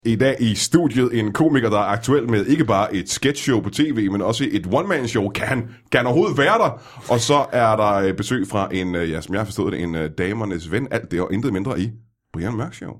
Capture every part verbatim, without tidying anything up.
I dag i studiet en komiker, der er aktuel med ikke bare et sketchshow på tv, men også et one-man-show. Kan han, kan han overhovedet være der? Og så er der besøg fra en, ja, som jeg har forstået det, en damernes ven. Alt det og intet mindre i Brian Mørk Show.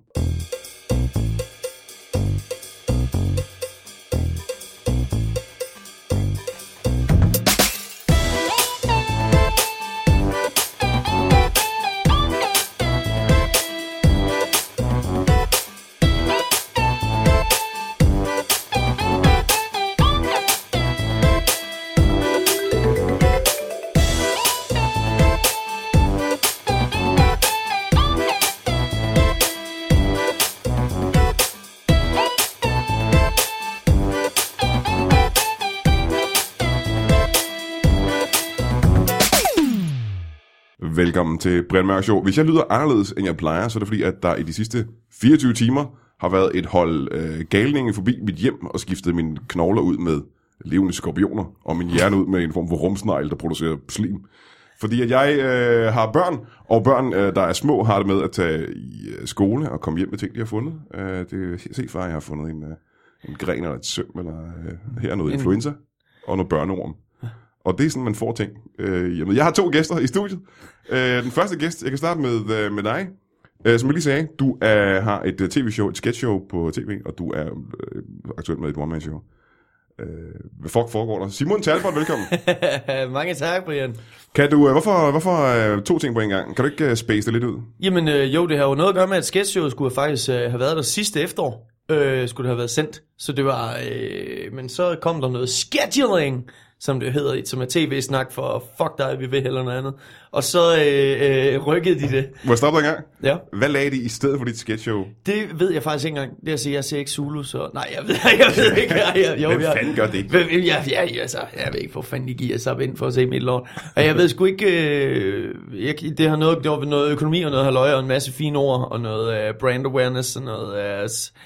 Velkommen til Brian Mørk Show. Hvis jeg lyder anderledes, end jeg plejer, så er det fordi, at der i de sidste fireogtyve timer har været et hold øh, galninge forbi mit hjem og skiftet mine knogler ud med levende skorpioner og min hjerne ud med en form for rumsnegl, der producerer slim. Fordi at jeg øh, har børn, og børn, øh, der er små, har det med at tage i øh, skole og komme hjem med ting, de har fundet. Øh, det se far, jeg har fundet en, øh, en gren eller et søm, eller øh, her noget influenza og noget børneorm. Og det er sådan, man får ting. Øh, jamen, jeg har to gæster i studiet. Øh, den første gæst, jeg kan starte med, øh, med dig. Øh, som jeg lige sagde, du er, har et uh, tv-show, et sketch-show på tv, og du er øh, aktuelt med et one-man-show. Øh, hvad fuck foregår der? Simon Talbot, velkommen. Mange tak, Brian. Kan du, øh, hvorfor, hvorfor øh, to ting på en gang? Kan du ikke øh, space det lidt ud? Jamen øh, jo, det har jo noget at gøre med, at sketch-show skulle faktisk øh, have været der sidste efterår. Øh, skulle det have været sendt. Så det var, øh, men så kom der noget scheduling, som det hedder, som er tv-snak for fuck dig, vi vil heller noget andet. Og så øh, øh, rykkede de det. Må jeg stoppe dig en gang? Ja. Hvad lagde de i stedet for dit sketchshow? Det ved jeg faktisk ikke engang. Det er at sige, jeg ser ikke Zulu, så nej, jeg ved, jeg ved ikke. Jeg, jeg, jo, Hvem jeg, fanden gør det? Jeg, jeg, jeg, altså, jeg ved ikke, hvor fanden de giver sig ind for at se mit lort. Og jeg ved sgu ikke, øh, jeg, det har noget, det var noget økonomi og noget halvøje og en masse fine ord og noget uh, brand awareness og noget... Uh,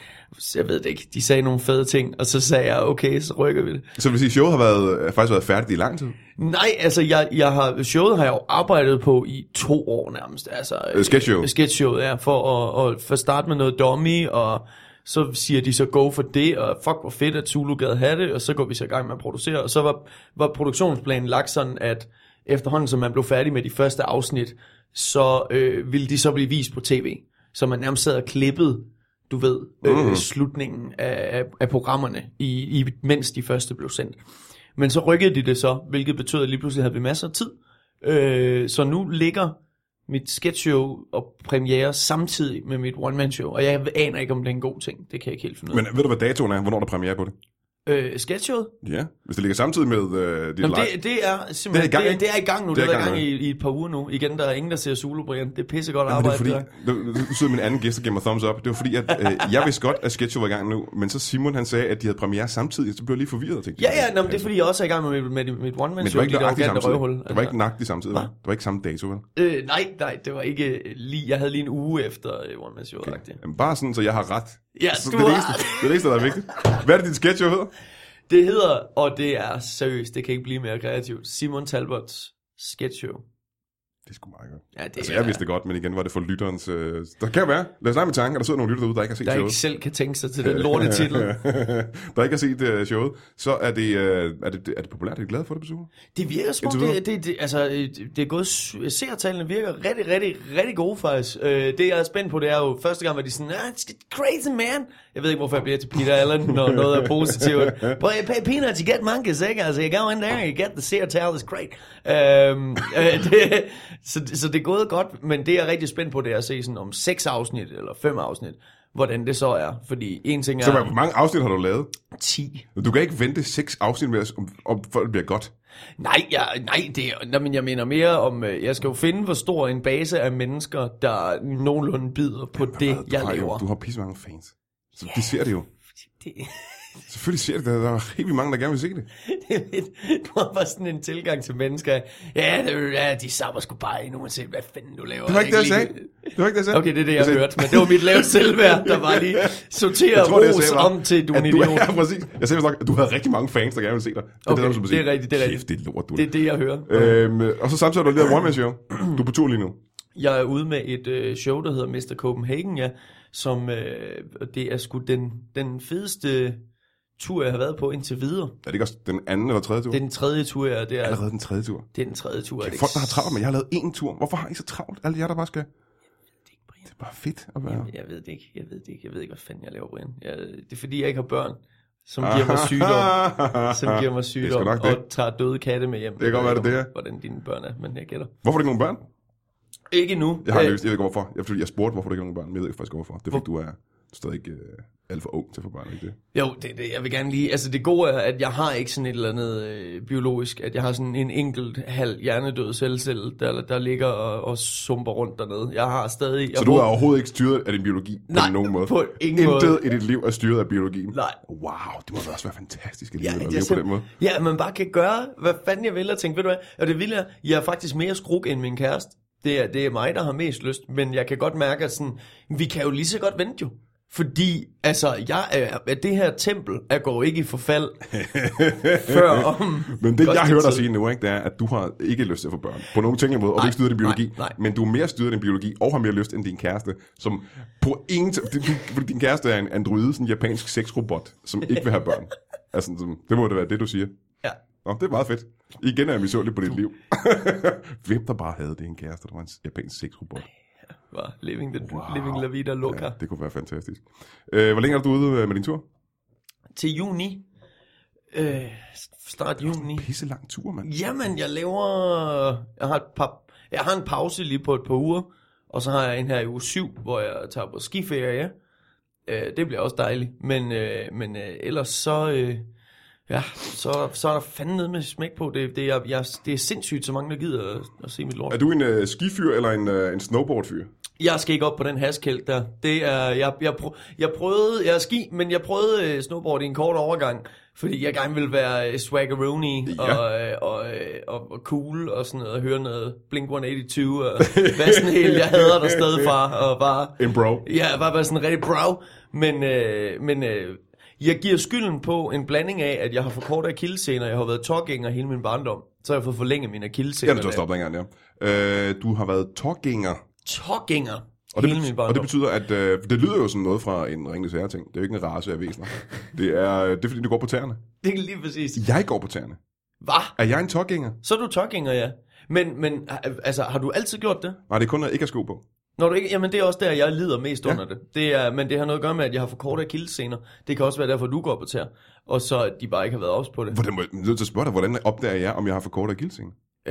jeg ved det ikke, de sagde nogle fede ting, og så sagde jeg, okay, så rykker vi det. Så vil sige, showet har været, faktisk været færdigt i lang tid? Nej, altså, jeg, jeg har, showet har jeg jo arbejdet på i to år nærmest. Altså, uh, sketchshow? Sketchshowet, ja, for at, at, for at starte med noget dummy, og så siger de så go for det, og fuck, hvor fedt, at Zulu gad have det, og så går vi så i gang med at producere, og så var, var produktionsplanen lagt sådan, at efterhånden, som man blev færdig med de første afsnit, så øh, ville de så blive vist på tv, så man nærmest sad og klippede, du ved, øh, mm. slutningen af, af programmerne, i, i, mens de første blev sendt. Men så rykkede de det så, hvilket betød, at lige pludselig havde vi masser af tid. Øh, så nu ligger mit sketchshow og premiere samtidig med mit one-man-show, og jeg aner ikke, om det er en god ting. Det kan jeg ikke helt finde ud af. Men ved du, hvad datoen er? Hvornår der er premiere på det? Øh, sketchshowet? Ja, hvis det ligger samtidig med øh, dit Nå, live. det, det er simpelthen, det er i gang, det, det er i gang nu, det, det er i gang i, i et par uger nu. Igen, der er ingen, der ser Zulu, Brian. Det er pissegodt arbejde. Det er fordi, nu sidder min anden gæst og giver mig thumbs up. Det var fordi, at øh, jeg vidste godt, at sketch var i gang nu, men så Simon han sagde, at de havde premiere samtidig, så blev jeg lige forvirret og tænkte, ja, ja, nå, men det er fordi, jeg også er i gang med, med, med mit one-man-show. Men det var ikke nøjagtigt samtidig. Røvhul, det var ikke nøjagtigt samtidig. Det var ikke samme dato, vel? Øh, nej, nej, det var ikke lige, jeg havde lige en uge efter uh, one-man-show. Okay. Jamen, bare sådan, så jeg har ret. Ja, så du det, er det, har... eneste, det er det eneste, der er vigtigt. Hvad er det, dit sketch hedder? Det hedder, og det er seriøst, det kan ikke blive mere kreativt, Simon Talbots sketchshow. Det er sgu meget godt. Ja, det altså, er... jeg vidste det godt, men igen var det for lytterens... Øh... Der kan jo være, lad os lege med tanken, at der sidder nogle lytter derude, der ikke har set der showet. Der ikke selv kan tænke sig til den lorte titel. Der ikke har set uh, showet. Så er det, uh, er, det, er det populært? Er du glad for det, personer? Det virker som om, det, det, det, altså, det er gået... Seertallene virker rigtig, rigtig, rigtig gode faktisk. Uh, det jeg er spændt på, det er jo første gang, hvor de sådan, ah, it's crazy man. Jeg ved ikke, hvorfor jeg bliver til Peter Allen, når noget er positivt. But you pay peanuts, you get monkeys, ikke? Altså, you go in there, you get the seertall, it's great. Um, uh, det, så, så det er gået godt, men det jeg er rigtig spændt på, det er at se sådan om seks afsnit, eller fem afsnit, hvordan det så er. Fordi en ting er... Så hvor mange afsnit har du lavet? ti. Du kan ikke vente seks afsnit med, om, om folk bliver godt. Nej, jeg, nej, det er, men jeg mener mere om, jeg skal jo finde, hvor stor en base af mennesker, der nogenlunde bider på ja, det, jeg laver. Jo, du har pisse mange fans. Så yeah. De ser det jo. Det... Selvfølgelig ser det. Der er helt mange, der gerne vil se det. Du har bare sådan en tilgang til mennesker. Ja, det, ja de sabber sgu bare endnu, man ser, hvad fanden du laver. Det var ikke det, jeg sagde. Det var ikke det, jeg sagde. Okay, det er det, jeg har hørt. Men det var mit lave selvværd, der var lige sorteret ros om til, du er en idiot. Ja, præcis. Jeg sagde nok, at du havde rigtig mange fans, der gerne vil se dig. Det okay, er, det, det er rigtigt, det er rigtigt. Kæft, det er lort, du. Det er det, jeg hører. Øhm, og så samtidig har du lavet one-man show. Du er på tur lige nu. Jeg er ude med et øh, show, der hedder mister Copenhagen, ja, som øh, det er sgu den, den fedeste tur, jeg har været på indtil videre. Er det ikke også den anden eller tredje tur? Det er den tredje tur, jeg det er. Allerede den tredje tur? Det er den tredje tur. Okay, folk, der har travlt, men jeg har lavet én tur. Hvorfor har I så travlt? Alle jer, der bare skal... Det er bare fedt at være... Jeg, jeg ved det ikke, jeg ved det ikke. Jeg ved ikke, hvad fanden jeg laver, Brian. Jeg, det er fordi, jeg ikke har børn, som giver mig sygdom, som giver mig sygdom og tager døde katte med hjem. Det kan godt være, det det er. Hvordan dine børn er, men jeg gætter. Hvorfor er det ikke nogen børn? Ikke nu. Jeg har løst, jeg ved ikke hvorfor. Jeg, fordi jeg spurgte, hvorfor det ikke er nogen børn, men jeg ved ikke faktisk hvorfor. Det er fordi, du er stadig ikke uh, alt for ung til at få børn, ikke det? Jo, det, det, jeg vil gerne lige... Altså, det gode er, at jeg har ikke sådan et eller andet øh, biologisk, at jeg har sådan en enkelt halv hjernedød selvcelle, der, der ligger og, og sumper rundt dernede. Jeg har stadig... Jeg Så du er overhovedet ikke styret af din biologi på Nej, nogen måde? på ingen måde. Intet i dit liv er styret af biologien? Nej. Wow, det må også være fantastisk at Ja, leve, at jeg leve sim- på den måde. Ja, man bare kan gøre, hvad fanden jeg vil, og tænke, ved du hvad, og det vil jeg, jeg er faktisk mere skruk end min kæreste. Det er, det er mig, der har mest lyst, men jeg kan godt mærke, at sådan, vi kan jo lige så godt vente jo. Fordi, altså, jeg er, det her tempel er går ikke i forfald før om... Men det, jeg hører dig tid. sige nu, ikke, det er, at du har ikke lyst til at få børn. På nogen tænkelig måde, og Nej, du ikke styrer din biologi. nej, nej. Men du er mere styret af din biologi, og har mere lyst end din kæreste, som på ingen... t- du- Fordi din kæreste er en androide, sådan en japansk sexrobot, som ikke vil have børn. Altså, sådan, det må det være det, du siger. Ja. Nå, det er meget fedt. Igen er jeg misundelig på dit liv. Hvem der bare havde det en kæreste, der var en japansk sexrobot? Var living, the, Wow. living la vida loca. Ja, det kunne være fantastisk. Øh, hvor længe er du ude med din tur? Til juni. Øh, start juni. Pisse lang tur, mand. Jamen, jeg laver... Jeg har, et par, jeg har en pause lige på et par uger, og så har jeg en her i uge syv, hvor jeg tager på skiferie. Øh, det bliver også dejligt. Men, øh, men øh, ellers så... Øh, ja, så, så er der fandme noget med smæk på. Det, det, er, jeg, det er sindssygt, så mange der gider at, at se mit lort. Er du en uh, skifyr eller en, uh, en snowboardfyr? Jeg skal ikke op på den haskælk der. Det er, jeg, jeg, prø- jeg prøvede, jeg er ski, men jeg prøvede uh, snowboard i en kort overgang, fordi jeg gerne ville være uh, swaggeroni Ja. og, uh, og, uh, og, og cool og sådan noget, og høre noget Blink et otteogtyve og være sådan helt, jeg hader der stadig fra, og bare... En bro. Ja, bare være sådan rigtig bro, men, uh, men uh, jeg giver skylden på en blanding af, at jeg har for korte akillessener, jeg har været tårgænger hele min barndom, så har jeg fået forlænget mine akillessener. Ja, du har stoppet engang, ja. Uh, du har været tårgænger. Tårgænger Og det, hele min betyder, barndom. og det betyder, at øh, det lyder jo som noget fra en Ringenes Herre-ting. Det er jo ikke en race af væsener. Det er, det er fordi, du går på tæerne. Det er lige præcis. Jeg går på tæerne. Hvad? Er jeg en tårgænger? Så er du tårgænger, ja. Men, men altså, har du altid gjort det? Nej, det er kun, når jeg ikke har sko på. Når du ikke, jamen det er også der, jeg lider mest Ja. under det. det er, men det har noget at gøre med, at jeg har for korte akillessener. Det kan også være derfor, du går på tæer. Og så at de bare ikke har været ops på det. Hvordan, må jeg er nødt til at spørge dig, hvordan opdager jeg, om jeg har for kort akillessener?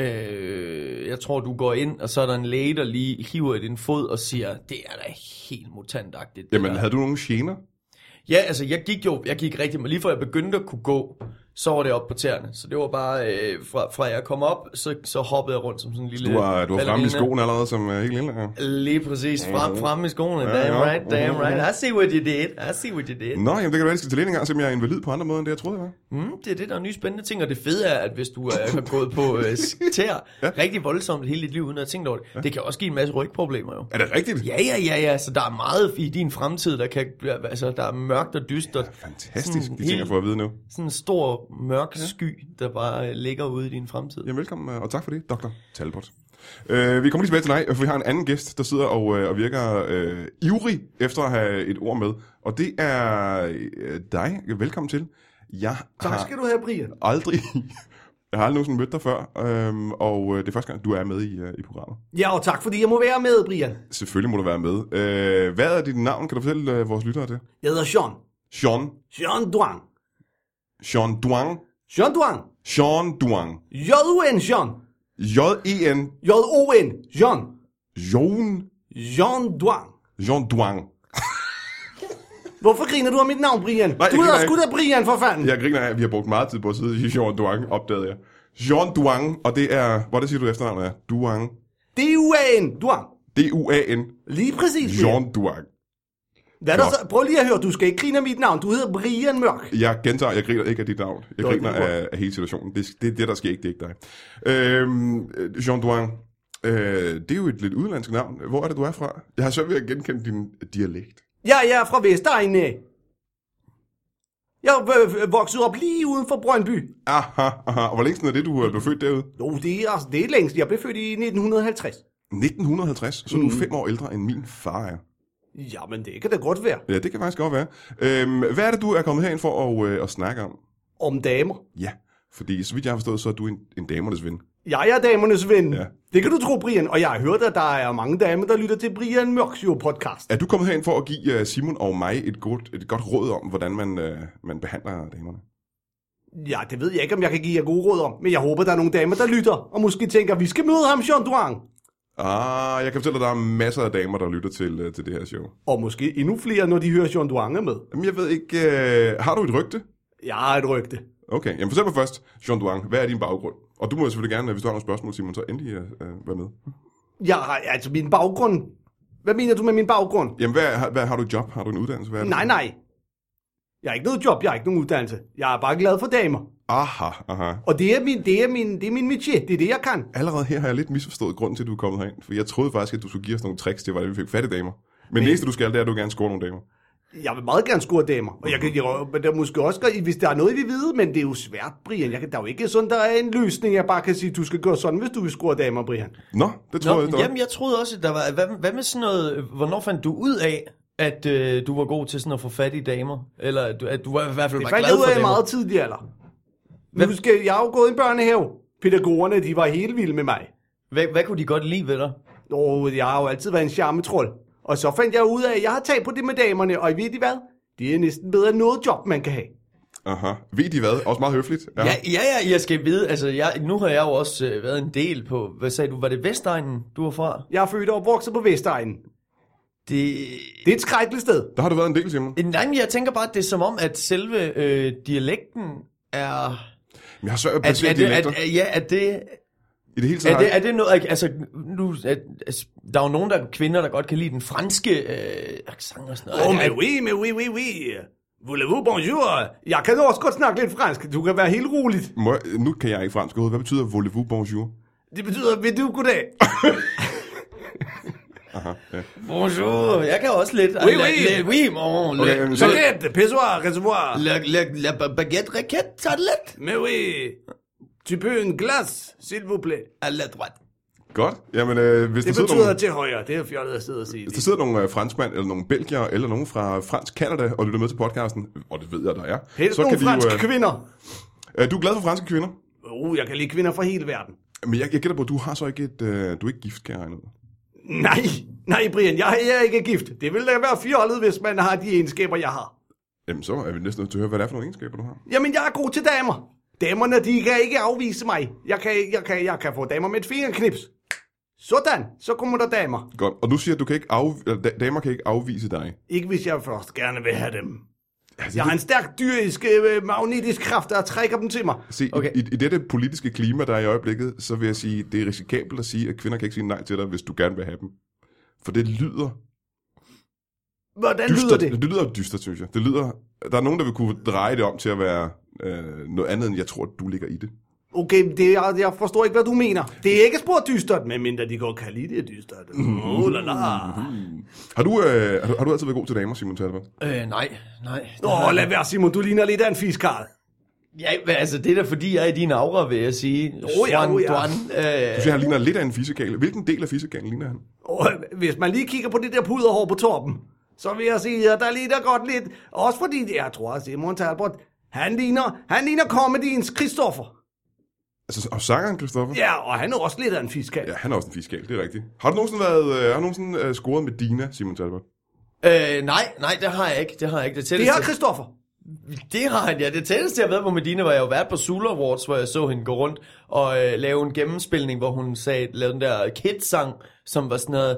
Øh, jeg tror, du går ind, og så er der en læge, der lige hiver i din fod og siger, det er da helt mutantagtigt. det Jamen, der." havde du nogle gener? Ja, altså jeg gik jo, jeg gik rigtig, men lige fra jeg begyndte at kunne gå, så var det op på tæerne. Så det var bare, øh, fra, fra jeg kom op, så, så hoppede jeg rundt som sådan en lille... Du var, du var fremme i ballerina. skoen allerede som uh, helt lille. Ja. Lige præcis, frem, frem i skoene. Ja, Damn ja. right, damn right. I see what you did, I see what you did. Nå, jamen det kan være, at jeg skal til lægen engang, så jeg er invalid på andre måder, end det jeg troede, jeg var. Mm, det er det, der er nye spændende ting, og det fede er, at hvis du øh, har gået på øh, tæer Ja. rigtig voldsomt hele dit liv, uden at have tænkt over det, ja. det kan også give en masse rygproblemer jo. Er det rigtigt? Ja, ja, ja, ja, så der er meget i din fremtid, der kan, altså der er mørkt og dystert. Fantastisk, Sådan de ting, jeg helt- får at vide nu. Sådan en stor mørk sky, der bare øh, ligger ude i din fremtid. Jamen velkommen, øh, og tak for det, doktor Talbot. Uh, vi kommer lige tilbage til dig, for vi har en anden gæst, der sidder og, uh, og virker uh, ivrig efter at have et ord med. Og det er uh, dig. Velkommen til. Jeg Tak har skal du have, Brian. aldrig... Jeg har aldrig nogensinde mødt dig før, um, og uh, det er første gang, du er med i, uh, i programmet. Ja, og tak fordi jeg må være med, Brian. Selvfølgelig må du være med. Uh, hvad er dit navn? Kan du fortælle uh, vores lyttere det? Jeg hedder Sean. Sean. Sean Duang. Sean Duang. Sean Duang. Sean Duang. J-U-N, Sean. J-E-N. J-O-N, Sean. Jon. Jean Duang. Jean Duang. Hvorfor griner du af mit navn, Brian? jeg Du griner hedder ikke. sgu da Brian, for fanden. Jeg griner af, at vi har brugt meget tid på at sidde i Jean Duang, opdagede jeg. Jean Duang, og det er, hvordan siger du efternavnet er? Duang. D-U-A-N, Duang. D-U-A-N. Lige præcis, Brian. Jean Duang. Hvad er der så? Prøv lige at høre, du skal ikke grine af mit navn. Du hedder Brian Mørk. Jeg gentager, jeg griner ikke af dit navn. Jeg Nå, griner det er godt. af, af hele situationen. Det, det er det, der sker ikke, det er ikke dig. Øhm, Jean Duang, øh, det er jo et lidt udenlandsk navn. Hvor er det, du er fra? Jeg har svært ved at genkende din dialekt. Ja, jeg er fra Vestegnen. Jeg er vokset op lige uden for Brøndby. Aha, aha. Og hvor længe siden er det, du blev født derude? Jo, det er, altså, det er længst. Jeg blev født i nitten halvtreds. nitten halvtreds, så mm. du er fem år ældre end min far er. Jamen, det kan da godt være. Ja, det kan faktisk godt være. Øhm, hvad er det, du er kommet herind for at, øh, at snakke om? Om damer. Ja, fordi så vidt jeg har forstået, så er du en, en damernes ven. Jeg er damernes ven. Ja. Det kan du tro, Brian. Og jeg har hørt, at der er mange damer, der lytter til Brian Mørk Show podcast. Er du kommet herind for at give uh, Simon og mig et godt, et godt råd om, hvordan man, uh, man behandler damerne? Ja, det ved jeg ikke, om jeg kan give jer gode råd om. Men jeg håber, der er nogle damer, der lytter. Og måske tænker, vi skal møde ham, Jean Duang. Ah, jeg kan fortælle, at der er masser af damer, der lytter til, uh, til det her show. Og måske endnu flere, når de hører Jean Duang er med. Jamen, jeg ved ikke... Uh, har du et rygte? Jeg har et rygte. Okay, jamen fortæl mig først, Jean Duang, hvad er din baggrund? Og du må selvfølgelig gerne, hvis du har nogle spørgsmål, Simon, så endelig uh, være med. Jeg har altså min baggrund. Hvad mener du med min baggrund? Jamen, hvad, har, hvad har du job? Har du en uddannelse? Hvad er det? Nej, nej. Jeg har ikke noget job, jeg har ikke nogen uddannelse. Jeg er bare glad for damer. Aha, aha. Og det er min, det er min, det er min métier. Det er det, jeg kan. Allerede her har jeg lidt misforstået grunden til, at du er kommet herind. For jeg troede faktisk, at du skulle give os nogle tricks til, hvordan vi fik fat i damer. Men det eneste, du skal, det er, at du gerne score nogle damer. Jeg vil meget gerne score damer. Og jeg kan men der måske også gøre, hvis der er noget, vi ved, men det er jo svært, Brian. Jeg kan, der er jo ikke sådan, der er en løsning, jeg bare kan sige, du skal gøre sådan, hvis du vil score damer, Brian. Nå, det tror Nå, jeg, der jamen, jeg troede også, at der var... Hvad, hvad med sådan noget... Hvornår fandt du ud af, at øh, du var god til sådan at få fat i damer? Eller at du, at du var i hvert fald Det var fandt glad jeg ud for af damer? meget tidlig alder. Nu skal, jeg har jo gået i en børnehave. Pædagogerne, de var helt vilde med mig. Hvad, hvad kunne de godt lide ved dig? Og jeg har jo altid været en charmetrol. Og så fandt jeg ud af, at jeg har taget på det med damerne, og ved I hvad? Det er næsten bedre end noget job, man kan have. Aha. Ved de hvad? Også meget høfligt. Ja, ja, ja jeg skal vide, altså jeg, nu har jeg jo også øh, været en del på, hvad sagde du, var det Vestegnen, du var fra? Jeg er født og opvokset på Vestegnen. Det... Det er et skrækkeligt sted. Der har du været en del, Simon. Nej, men jeg tænker bare, at det er som om, at selve øh, dialekten er... Men jeg har svært ved at At, placere at, det, dialekter. at, ja, at det... I det hele taget Er har det, jeg- er det noget, altså, nu, at, altså, der er jo nogen, der er kvinder, der godt kan lide den franske øh, accent og sådan noget. Oh, Er- mais oui, mais oui, oui, oui. Voulez-vous bonjour? Jeg kan også godt snakke lidt fransk. Du kan være helt roligt. Må jeg, nu kan jeg ikke fransk overhovedet. Hvad betyder voulez-vous bonjour? Det betyder, vil du goddag? Aha, ja. Bonjour, jeg kan også lidt. Oui, La- oui. la- oui, mon, Okay, la- jamen, så- Baguette, pissoir, reservoir. la, la, la baguette raquette tartelette Mais oui. Tu peux en glace, s'il vous plaît. à la droite. Godt. Jamen, øh, hvis, der Det sidder betyder nogle, til højre. Det er fjollet at sidde og sige. hvis der sidder nogle øh, franskmænd, eller nogle belgier, eller nogen fra fransk Canada, og lytter med til podcasten, og det ved jeg, der er, Helst nogle franske øh, kvinder. øh, du er glad for franske kvinder? Uh, jeg kan lide kvinder fra hele verden. Men jeg, jeg gætter på, at du har så ikke et, øh, du er ikke gift, kan jeg regne ud. Nej, nej, Brian, jeg er ikke gift. Det ville da være fjollet, hvis man har de egenskaber, jeg har. Jamen, så er vi næsten nødt til at høre, hvad det er for nogle egenskaber, du har. Jamen, jeg er god til damer. Damerne, de kan ikke afvise mig. Jeg kan, jeg kan, jeg kan få damer med et fingerknips. Sådan, så kommer der damer. Godt. Og du siger, at du kan ikke af, eller, da- damer kan ikke afvise dig. Ikke hvis jeg først gerne vil have dem. Altså, Jeg har en stærk dyrisk, øh, magnetisk kraft, der trækker dem til mig. Se, Okay. okay. i, i dette politiske klima, der er i øjeblikket, så vil jeg sige, det er risikabelt at sige, at kvinder kan ikke sige nej til dig, hvis du gerne vil have dem. For det lyder Hvordan dystert. lyder det? Det lyder dystert, synes jeg. Det lyder, der er nogen, der vil kunne dreje det om til at være øh, noget andet, end jeg tror, du ligger i det. Okay, det, jeg, jeg forstår ikke, hvad du mener. Det er ikke spor dystert, medmindre de godt kan lide det dystert. Oh, la, la. Har du, øh, har, du, har du altid været god til damer, Simon Talbot? Øh, nej, nej. Åh, oh, lad være, Simon. Du ligner lidt af en fiskal. Ja, men altså, det er da fordi, jeg er i din aura, vil jeg sige. Oh ja, oh ja. Duan, Du øh, siger, han ligner lidt af en fiskegale. Hvilken del af fiskegalen ligner han? Og hvis man lige kigger på det der puderhår på toppen, så vil jeg sige, at der ligner godt lidt. Også fordi, jeg tror, at Simon Talbot, han ligner, han ligner comediens Christoffer. Altså, og sangeren Christoffer? Ja, og han er også lidt af en fiskal. Ja, han er også en fiskal, det er rigtigt. Har du nogensinde været, øh, har du nogensinde øh, scoret med Dina, Simon Talbot? øh, nej, nej, det har jeg ikke. Det har jeg ikke. Det, Det tætteste, har Christoffer. det har han, ja. Det tætteste, jeg har været på Medina, var jeg jo været på Zulu Awards, hvor jeg så hende gå rundt og øh, lave en gennemspilning, hvor hun sagde, lavede den der Kids-sang, som var sådan noget...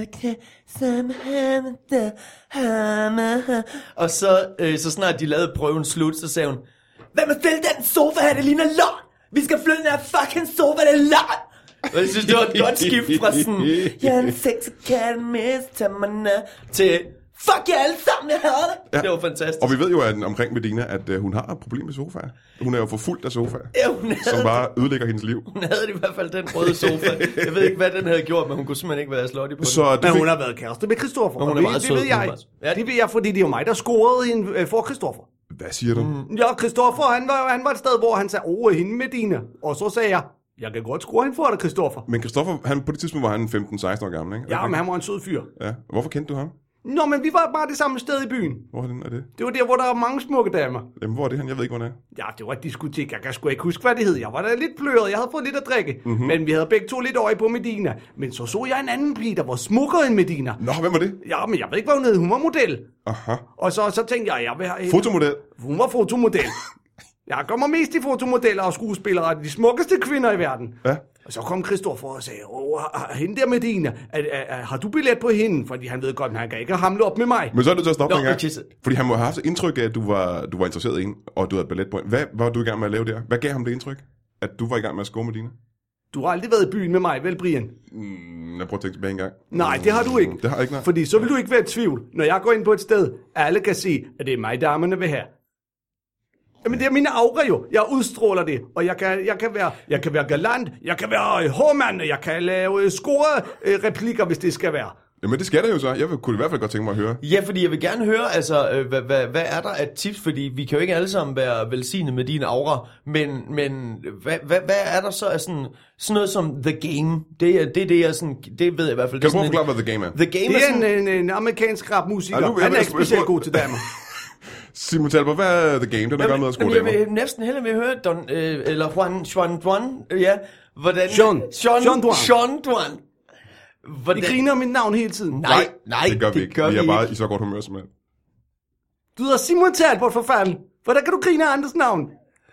Og så, øh, så snart de lavede prøven slut, så sagde hun, hvad med fælde den sofa her, det ligner lort! Vi skal flytte den her fucking sofa, det er lort! Og jeg synes, det var et godt skift fra sådan, jeg er en sexy cat, mister mig til, fuck jer alle sammen, jeg hader det! Ja. Det var fantastisk. Og vi ved jo at, omkring Medina, at øh, hun har et problem med sofaer. Hun er jo forfulgt af sofaer, Ja, hun havde, som bare ødelægger hendes liv. hun havde i hvert fald den røde sofa. Jeg ved ikke, hvad den havde gjort, men hun kunne simpelthen ikke være slutty på Så det Men fik, hun har været kæreste med Christoffer. Men hun er og meget det, sød, det ved hun er jeg. meget- Ja. Det ved jeg, fordi det er jo mig, der scorede hende øh, for Christoffer. hvad siger du? Mm. Ja, Christoffer, han var, han var et sted, hvor han sagde, åh, hende med dine. Og så sagde jeg, jeg kan godt score hende for dig, Christoffer. Men Christoffer, han, på det tidspunkt var han femten seksten år gammel, ikke? Ja, men han var en sød fyr. Ja. Hvorfor kendte du ham? Nå, men vi var bare det samme sted i byen. Hvor er den, er det? Det var der, hvor der er mange smukke damer. Jamen, hvor er det han? Jeg ved ikke, hvor det er. Ja, det var et diskotek. Jeg kan sgu ikke huske, hvad det hed. Jeg var da lidt pløret. Jeg havde fået lidt at drikke. Mm-hmm. Men vi havde begge to lidt øje på Medina. Men så så jeg en anden pige, der var smukkere end Medina. Nå, hvem var det? Ja, men jeg ved ikke, hvad hun hed. Hun var model. Aha. Og så, så tænkte jeg, jeg vil have... Fotomodel. Hun var fotomodel. Jeg kommer mest i fotomodeller og skuespillere. De smukkeste kvinder i verden. Ja. Og så kom Christoffer og sagde, åh, hende der Medina, er, er, er, har du billet på hende? Fordi han ved godt, at han kan ikke hamle op med mig. Men så er du til at stoppe Nå, en gang. okay. Fordi han må have haft et indtryk af, at du var, du var interesseret i hende, og du havde ballet på hende. Hvad var du i gang med at lave der? Hvad gav ham det indtryk? At du var i gang med at score med dine? Du har aldrig været i byen med mig, vel, Brian? Mm, jeg prøver at tænke tilbage en gang. Nej, det har du ikke. Det har jeg ikke, nej. Fordi så vil du ikke være i tvivl. Når jeg går ind på et sted, alle kan se, at det er mig, damerne vil have. Jamen, det er mine aura jo. Jeg udstråler det. Og jeg kan, jeg kan, være, jeg kan være galant, jeg kan være øh, hårmand, jeg kan lave øh, score øh, replikker, hvis det skal være. Jamen, det skal det jo så. Jeg kunne i hvert fald godt tænke mig at høre. Ja, fordi jeg vil gerne høre, altså, øh, hvad, hvad, hvad er der af tips? Fordi vi kan jo ikke alle sammen være velsignet med dine aura, men, men hvad, hvad, hvad er der så af sådan, sådan noget som The Game? Det er det, det er sådan, det ved jeg i hvert fald. Kan du prøve at en, forklare, hvad The Game er? The Game Det er er sådan... en, en, en amerikansk rapmusiker. Ja, nu- jeg- Han er jeg- ikke specielt jeg- god til damer. Simon Talbot, hvad er The Game? Den er godt med at score Jamen, jeg damer. vil næsten hellere vil høre Don, øh, eller Juan, Juan Duan, øh, ja. Hvordan... Jean. Jean, Jean Duan. Jean Duan. I Hvordan... griner mit navn hele tiden. Nej, nej, det gør vi ikke. Vi er ikke. bare i så godt humør som er. Du hedder Simon Talbot, for fanden. Hvordan kan du grine af andres navn?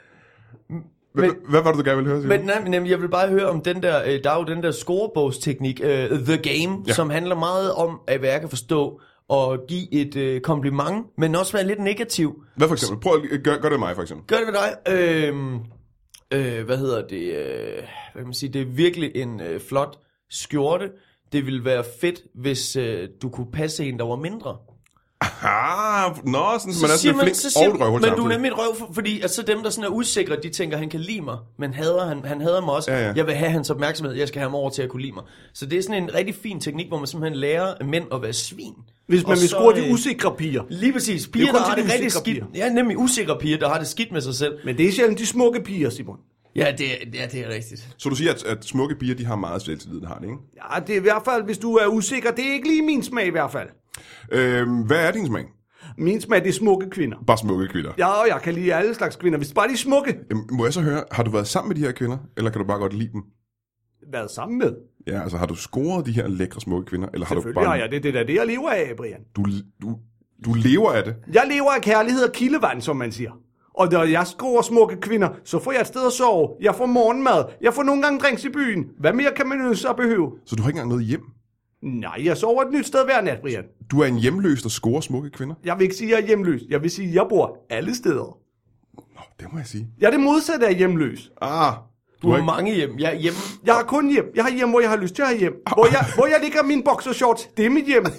Hvad, hvad var det, du gerne ville høre, Simon? Men nej, men jeg vil bare høre om den der, øh, der er jo den der scorebogsteknik, øh, The Game, Ja. som handler meget om, at jeg kan forstå, og give et øh, kompliment, men også være lidt negativ. Hvad for eksempel? Prøv at gør, gør det mig, for eksempel. Gør det ved dig. Øh, øh, hvad hedder det? Øh, hvad kan man sige? Det er virkelig en øh, flot skjorte. Det ville være fedt, hvis øh, du kunne passe en, der var mindre. Ah, nå, sådan, så man er siger sådan flink så siger, og et røvhul men du er samtidig. nemlig et røv, for- fordi altså dem, der sådan er usikre, de tænker, han kan lide mig, men hader han, han hader mig også. Ja, ja. Jeg vil have hans opmærksomhed, jeg skal have ham over til at kunne lide mig. Så det er sådan en rigtig fin teknik, hvor man simpelthen lærer mænd at være svin. Hvis man Og vil så, score de øh, usikre piger. Lige præcis. Det er Piger, kun der til har de det rigtig usikre skidt. piger. Ja, nemlig usikre piger, der har det skidt med sig selv. Men det er sjældent de smukke piger, Simon. Ja, det, ja, det er rigtigt. Så du siger, at, at smukke piger, de har meget selvtillid, har det, ikke? Ja, det er i hvert fald, hvis du er usikker. Det er ikke lige min smag i hvert fald. Øhm, hvad er din smag? Min smag, det er smukke kvinder. Bare smukke kvinder. Ja, og jeg kan lide alle slags kvinder, hvis bare de er smukke. Øhm, må jeg så høre, har du været sammen med de her kvinder, eller kan du bare godt lide dem? Været sammen med. Ja, altså har du scoret de her lækre smukke kvinder, eller har du Selvfølgelig bare... har jeg det. Det er da det, jeg lever af, Brian. Du, du, du lever af det. Jeg lever af kærlighed og kildevand, som man siger. Og når jeg scorer smukke kvinder, så får jeg et sted at sove. Jeg får morgenmad. Jeg får nogle gange drinks i byen. Hvad mere kan man jo så behøve? Så du har ikke engang noget hjem. Nej, jeg sover et nyt sted hver nat, Brian. Du er en hjemløs, der scorer smukke kvinder. Jeg vil ikke sige, at jeg er hjemløs. Jeg vil sige, at jeg bor alle steder. Nå, det må jeg sige. Jeg er det modsatte af hjemløs. Ah, Du har mange hjem. Jeg er hjemme. Jeg har kun hjem. Jeg har hjem, hvor jeg har lyst til at have hjem. Hvor jeg, hvor jeg ligger mine boxershorts. Det er mit hjem.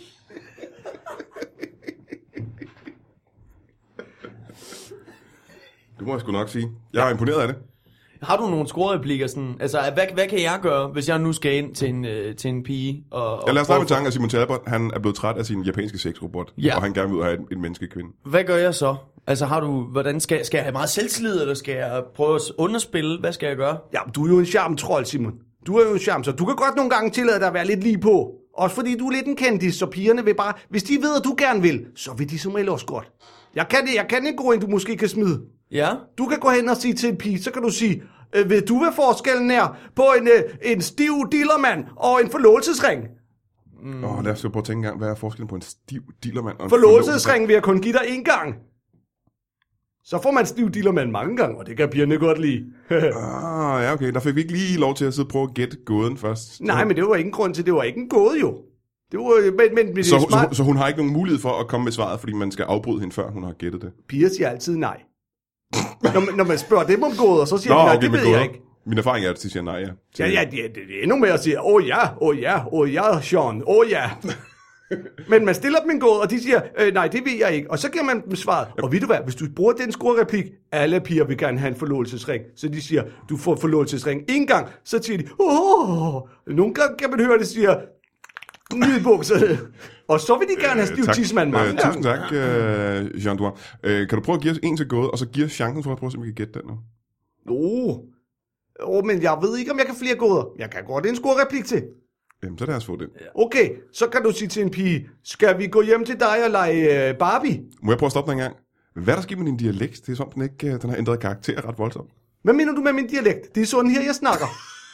det må jeg sgu nok sige. Jeg er imponeret af det. Har du nogle scorereplikker sådan? Altså, hvad, hvad kan jeg gøre, hvis jeg nu skal ind til en, øh, til en pige? Og, Jeg lader os starte med prøve- tanken, at Simon Talbot, han er blevet træt af sin japanske sexrobot, Ja. og han gerne vil ud og have en, en menneskekvinde. Hvad gør jeg så? Altså, har du, hvordan skal, skal jeg have meget selvtillid, eller skal jeg prøve at underspille? Hvad skal jeg gøre? Ja, du er jo en charmtrold, Simon. Du er jo en charm, så du kan godt nogle gange tillade dig at være lidt lige på. Også fordi du er lidt en kendis, så pigerne vil bare... Hvis de ved, at du gerne vil, så vil de som regel også godt. Jeg kan det, jeg kan ikke gå ind, du måske kan smide. Ja? Du kan gå hen og sige til en pige, så kan du sige, øh, ved du, hvad forskellen er på en, øh, en stiv dillermand og en forlovelsesring? Mm. Åh, lad os jo prøve at tænke engang, hvad er forskellen på en stiv dillermand og en Forlovelsesring vil jeg kun give dig én gang. Så får man stiv dillermand mange gange, og det kan pigerne godt lide. Ah, ja, okay. Der fik vi ikke lige lov til at sidde og prøve at gætte gåden først. Nej, men det var ingen grund til, det var ikke en gåde jo. Det var, men, men, men det Så, er så, smart. så hun har ikke nogen mulighed for at komme med svaret, fordi man skal afbryde hende, før hun har gættet det. Piger siger altid nej. når, man, når man spørger dem om gåder, så siger Nå, de nej, okay, det med ved jeg gåder. ikke. Min erfaring er, at de siger nej, ja. Ja, ja, det, det, det er endnu mere at sige, åh oh, ja, åh oh, ja, åh oh, ja, Sean, åh oh, ja. Men man stiller dem en gåde, og de siger, øh, nej, det ved jeg ikke. Og så giver man dem svaret. Og ved du hvad, hvis du bruger den scorereplik, alle piger vil gerne have en forlovelsesring. Så de siger, du får forlovelsesring en gang. Så siger de, åh, nogle gange kan man høre, det siger, nye bukser. Og så vil de gerne have stiv tidsmand mange øh, Tusind tak, øh, Jean Duan. Øh, kan du prøve at give os en til gåde, og så give os chancen for at prøve at se, om vi kan gætte den nu? Åh, oh. oh, men jeg ved ikke, om jeg kan flere gåder. Jeg kan godt en scorereplik til. Jamen, så lad os få det. Okay, så kan du sige til en pige, skal vi gå hjem til dig og lege øh, Barbie? Må jeg prøve at stoppe dig en gang? Hvad er der sket med din dialekt? Det er som, den ikke øh, den har ændret karakter ret voldsomt. Hvad mener du med min dialekt? Det er sådan her, jeg snakker.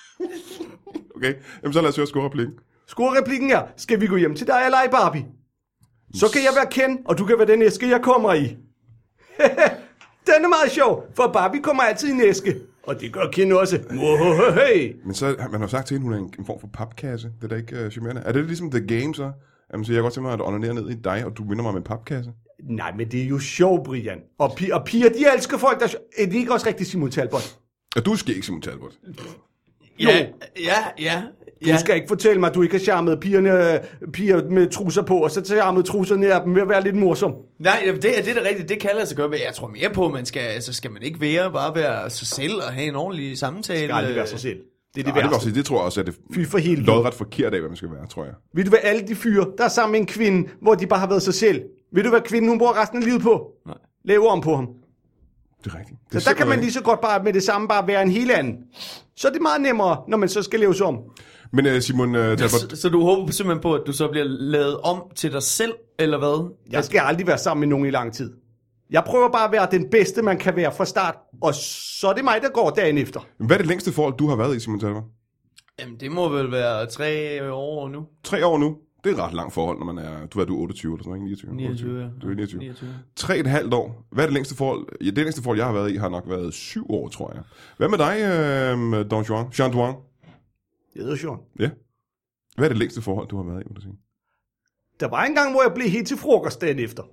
Okay, jamen så lad os høre scorereplikken. Scorereplikken er, skal vi gå hjem til dig og lege Barbie? Så kan jeg være Ken, og du kan være den æske, jeg kommer i. Den er meget sjov, for Barbie kommer altid i en æske. Og det gør Ken også. Hey. Men så man har jo sagt til hende, hun er en, en form for papkasse. Det er da ikke uh, charmerende. Er det ligesom The Game så? Jamen, så jeg kan godt tænke mig at onanere ned i dig, og du minder mig om en papkasse. Nej, men det er jo sjov, Brian. Og, pi- og piger, de elsker folk, der er sjov. Er det ikke også rigtig Simon Talbot? Er du skæg, Simon Talbot? Ja, ja, ja. Du ja. skal ikke fortælle mig, at du ikke har charmet pigerne, piger med trusser på, og så charmet trusserne af dem ved at være lidt morsom. Nej, det er det er rigtigt. Det kalder sig godt, men jeg tror mere på, at man skal, altså skal man ikke være bare være sig selv og have en ordentlig samtale. Skal aldrig være sig selv. Det er det Nej, værste. Det, det tror jeg også, at det Fy for helt lodret forkert af, hvad man skal være, tror jeg. Ved du hvad, alle de fyre, der er sammen med en kvinde, hvor de bare har været sig selv. Ved du hvad kvinden, hun bruger resten af livet på? Nej. Lave om på ham. Det er rigtigt. Det er Så der kan man lige så godt bare med det samme bare være en helt anden. Så er det meget nemmere, når man så skal laves om. Men uh, Simon uh, Talbot... Så, så du håber simpelthen på, at du så bliver lavet om til dig selv, eller hvad? Jeg skal aldrig være sammen med nogen i lang tid. Jeg prøver bare at være den bedste, man kan være fra start, og så er det mig, der går dagen efter. Hvad er det længste forhold, du har været i, Simon Talbot? Jamen, det må vel være tre år nu. Tre år nu? Det er et ret langt forhold, når man er... Du er du otteogtyve eller sådan noget, ikke? niogtyve? niogtyve, ja. Du er niogtyve. niogtyve. Tre og et halvt år. Hvad er det længste forhold? Ja, det længste forhold, jeg har været i, har nok været syv år, tror jeg. Hvad med dig, øh, Don Juan? Jean Duan? Jeg hedder Sean. Ja. Hvad er det længste forhold, du har været i, må du sige? Der var en gang, hvor jeg blev helt til frokost dagen efter.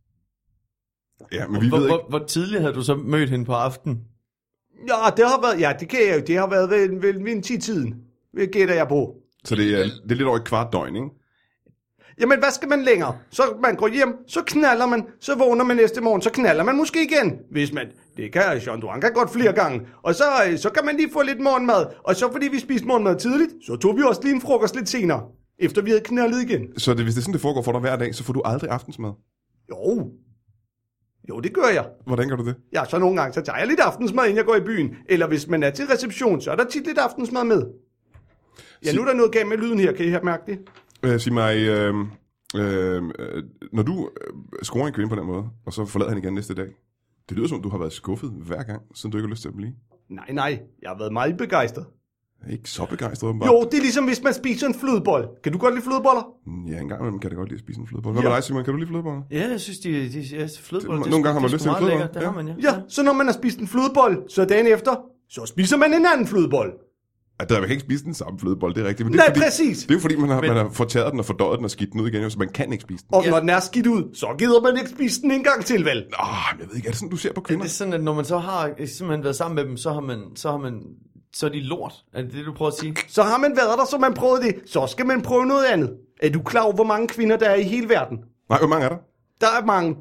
Ja, men vi hvor, ved ikke... hvor, hvor tidligt havde du så mødt hende på aftenen? Ja, det har været, ja, det kan jeg jo. Det har været ved, ved, ved en ti-tiden. Hvad gætter jeg på? Så det er, det er lidt over et kvart døgn, ikke? Jamen, hvad skal man længere? Så man går hjem, så knaller man, så vågner man næste morgen, så knaller man måske igen. Hvis man, det kan Jean Duan kan godt flere gange. Og så, så kan man lige få lidt morgenmad. Og så fordi vi spiste morgenmad tidligt, så tog vi også lige en frokost lidt senere. Efter vi havde knaldet igen. Så det, hvis det er sådan, det foregår for dig hver dag, så får du aldrig aftensmad? Jo. Jo, det gør jeg. Hvordan gør du det? Ja, så nogle gange, så tager jeg lidt aftensmad, inden jeg går i byen. Eller hvis man er til reception, så er der tit lidt aftensmad med. Ja, nu er der noget galt med lyden her. Kan I have mærket det? Øh, sig mig, øh, øh, når du øh, scorer en kvinde på den måde, og så forlader han igen næste dag, det lyder som, du har været skuffet hver gang, siden du ikke har lyst til at blive. Nej, nej. Jeg har været meget begejstret. Ikke så begejstret, åbenbart. Jo, det er ligesom, hvis man spiser en flødebold. Kan du godt lide flødeboller? Ja, en gang imellem kan det godt lide at spise en flødebolle. Hvad med Ja. dig, Simon? Kan du lide flødeboller? Ja, jeg synes, de, de ja, flødeboller, Det- nogle gange har man lyst til en flødebolle. Det Ja. har man, ja. Ja, så når man har spist en flødebold, så dagen efter, så spiser man en anden flødebold. Ja, der man kan ikke spise den samme flødebolle, det er rigtigt. Men det Nej, er, fordi, præcis. Det er jo fordi, man har, Men- man har fortæret den og fordøjet den og skidt den ud igen, så man kan ikke spise den. Og Ja. når den er skidt ud, så gider man ikke spise den en gang til, vel? Åh, jeg ved ikke, er det sådan, du ser på Det kvinder? er sådan, at når man så har simpelthen været sammen med dem, så har man, så har man, så er de lort. Er det det, du prøver at sige? Så har man været der, så man prøvet det. Så skal man prøve noget andet. Er du klar over, hvor mange kvinder der er i hele verden? Nej, hvor mange er der? Der er mange.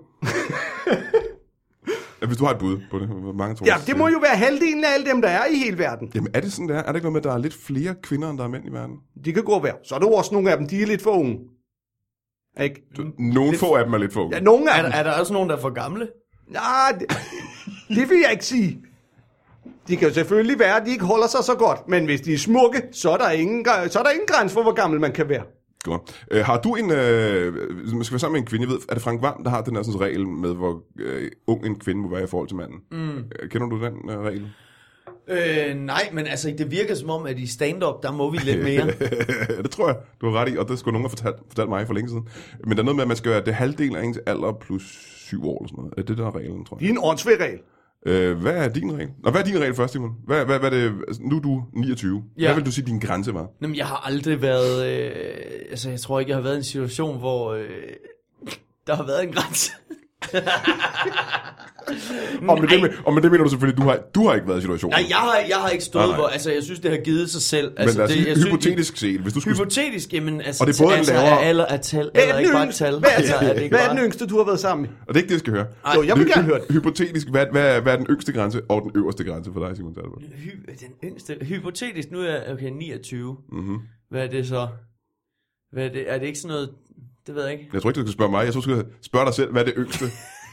Ja, hvis du har et bud på det, hvor mange tror Ja, du? det må jo være halvdelen af alle dem, der er i hele verden. Jamen, er det sådan, det er? Er det ikke noget med, at der er lidt flere kvinder, end der er mænd i verden? Det kan gå være. Så er der jo også nogle af dem, de er lidt for unge. Ikke? Nogle få af dem er lidt få. Ja, nogle af Er, dem. der- er der også nogen, der er for gamle? Nej, det, det vil jeg ikke sige. De kan jo selvfølgelig være, at de ikke holder sig så godt. Men hvis de er smukke, så er der ingen, så er der ingen grænse for, hvor gammel man kan være. Godt. Øh, har du en... Øh, man skal være sammen med en kvinde, jeg ved, er det Frank Hvam, der har den her sådan, regel med, hvor øh, ung en kvinde må være i forhold til manden? Mm. Øh, kender du den øh, regel? Øh, nej, men altså, det virker som om, at i stand-up, der må vi lidt mere. Det tror jeg, du har ret i, og det skulle nogen have fortalt, fortalt mig for længe siden. Men der er noget med, at man skal være det halvdel af ens alder plus syv år eller sådan noget. Er det der er reglen, tror Det jeg? er en åndssvær regel. Øh, hvad er din regel? Nå, hvad er din regel først, Simon? Hvad, hvad, hvad er det? Altså, nu er du niogtyve. Ja. Ja. Hvad vil du sige, din grænse var? Jamen, jeg har aldrig været... Øh, altså, jeg tror ikke, jeg har været i en situation, hvor øh, der har været en grænse. Og med, det, og med det mener du selvfølgelig, du har, du har ikke været i situationen. Nej, jeg har, jeg har ikke stået, Nej, nej. hvor... Altså, jeg synes, det har givet sig selv. Men Altså, lad os det, sige, jeg synes, hypotetisk set, hvis du skulle... Hypotetisk, jamen, altså... Og det er både en altså, lavere- er alder er tal, Hvad eller er, ikke den bare et yngste, tal? hvad, er, Altså, er det ikke hvad er bare... den yngste, du har været sammen med? Og det er ikke det, jeg skal høre. Jo, jeg vil gerne høre det. Hypotetisk, hvad, hvad, hvad er den yngste grænse og den øverste grænse for dig, Simon Talbot? Hy- den yngste... Hypotetisk, nu er jeg okay, niogtyve. Mm-hmm. Hvad er det så? Hvad er det? Er det ikke sådan noget... Det ved jeg ikke. Jeg tror ikke, du skal spørge mig. Jeg tror, du skal spørge dig selv, hvad er det yngste?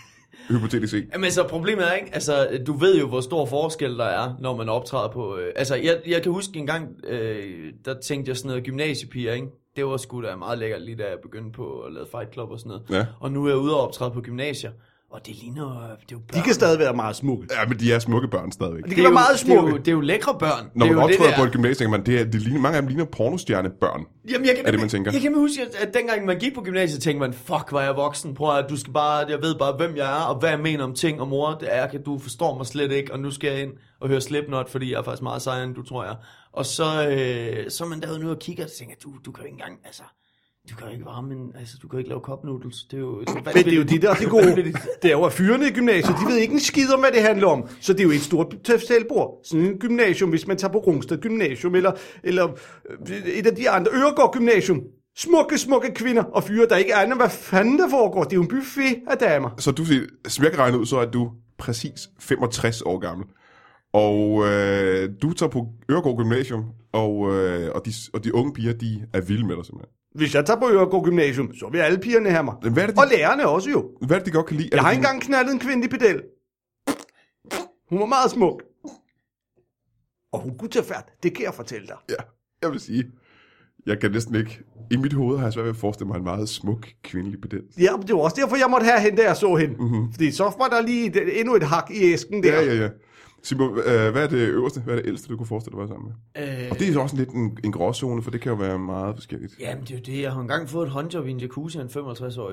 hypotetisk set. Jamen så problemet er ikke, altså du ved jo, hvor stor forskel der er, når man optræder på, øh, altså jeg, jeg kan huske en gang, øh, der tænkte jeg sådan noget gymnasiepiger, ikke? Det var sgu da meget lækkert lige da jeg begyndte på at lave Fight Club og sådan noget. Ja. Og nu er jeg ude og optræde på gymnasier. Og det ligner, det er jo børn. De kan stadig være meget smukke. Ja, men de er smukke børn stadigvæk. De kan være meget smukke. Det er jo, det er jo lækre børn. Når det man er jo optræder det på et gymnasium, man, det er, det ligner, mange af dem ligner pornostjernebørn. Jamen, jeg kan, er det, man tænker? Jeg kan huske, at, at dengang man gik på gymnasiet, tænkte man, fuck, hvor er jeg voksen. Prøv at du skal bare, jeg ved bare, hvem jeg er, og hvad jeg mener om ting og mor. Det er, at du forstår mig slet ikke, og nu skal jeg ind og høre Slipknot, fordi jeg er faktisk meget sejere, end du tror jeg. Og så, øh, så er man derude nu og kigger og tænker, du, du kan jo ikke engang, altså... Du kan jo ikke varme, men altså, du kan jo ikke lave cup noodles. Det er jo... Men det er jo de der, de gode. Det er jo at fyrene i gymnasiet. De ved ikke en skid om, hvad det handler om. Så det er jo et stort tæftselbord. Sådan en gymnasium, hvis man tager på Rungsted Gymnasium, eller, eller et af de andre. Øregård Gymnasium. Smukke, smukke kvinder og fyre, der ikke aner, hvad fanden der foregår. Det er jo en buffet af damer. Så du siger, så jeg kan regne ud, så at du præcis femogtres år gammel. Og øh, du tager på Øregård Gymnasium, og, øh, og, de, og de unge piger, de er vilde med dig simpelthen. Hvis jeg tager på Øregård Gymnasium, så vil alle pigerne have mig. Hvad er det, de, og lærerne også jo. Hvad er det, de godt kan lide? Jeg har de... engang knaldet en kvindelig pedel. Hun var meget smuk. Og hun kunne tage fat. Det kan jeg fortælle dig. Ja, jeg vil sige, jeg kan næsten ikke... I mit hoved har jeg svært ved at forestille mig en meget smuk kvindelig pedel. Ja, det var også derfor, jeg måtte have hende, da jeg så hende. Mm-hmm. Fordi så var der lige et, endnu et hak i æsken der. Ja, ja, ja. Simon, øh, hvad er det øverste, hvad er det ældste, du kunne forestille dig at være sammen med? Øh... Og det er så også lidt en, en gråzone, for det kan jo være meget forskelligt. Jamen, det er jo det. Jeg har engang fået et håndjob i en jacuzzi af en femogtres-årig.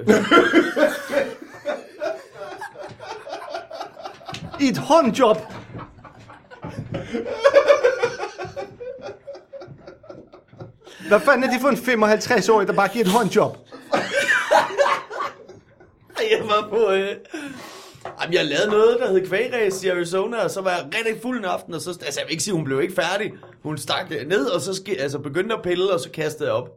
Et håndjob? Hvad fanden er det for en femoghalvtreds-årig, der bare giver et håndjob? Jeg var på... Øh... Jamen, jeg lavede noget, der hed kvægræs i Arizona, og så var jeg rigtig fuld en aften, og så... Altså, jeg vil ikke sige, hun blev ikke færdig. Hun stak ned, og så sk- altså, begyndte at pille, og så kastede jeg op.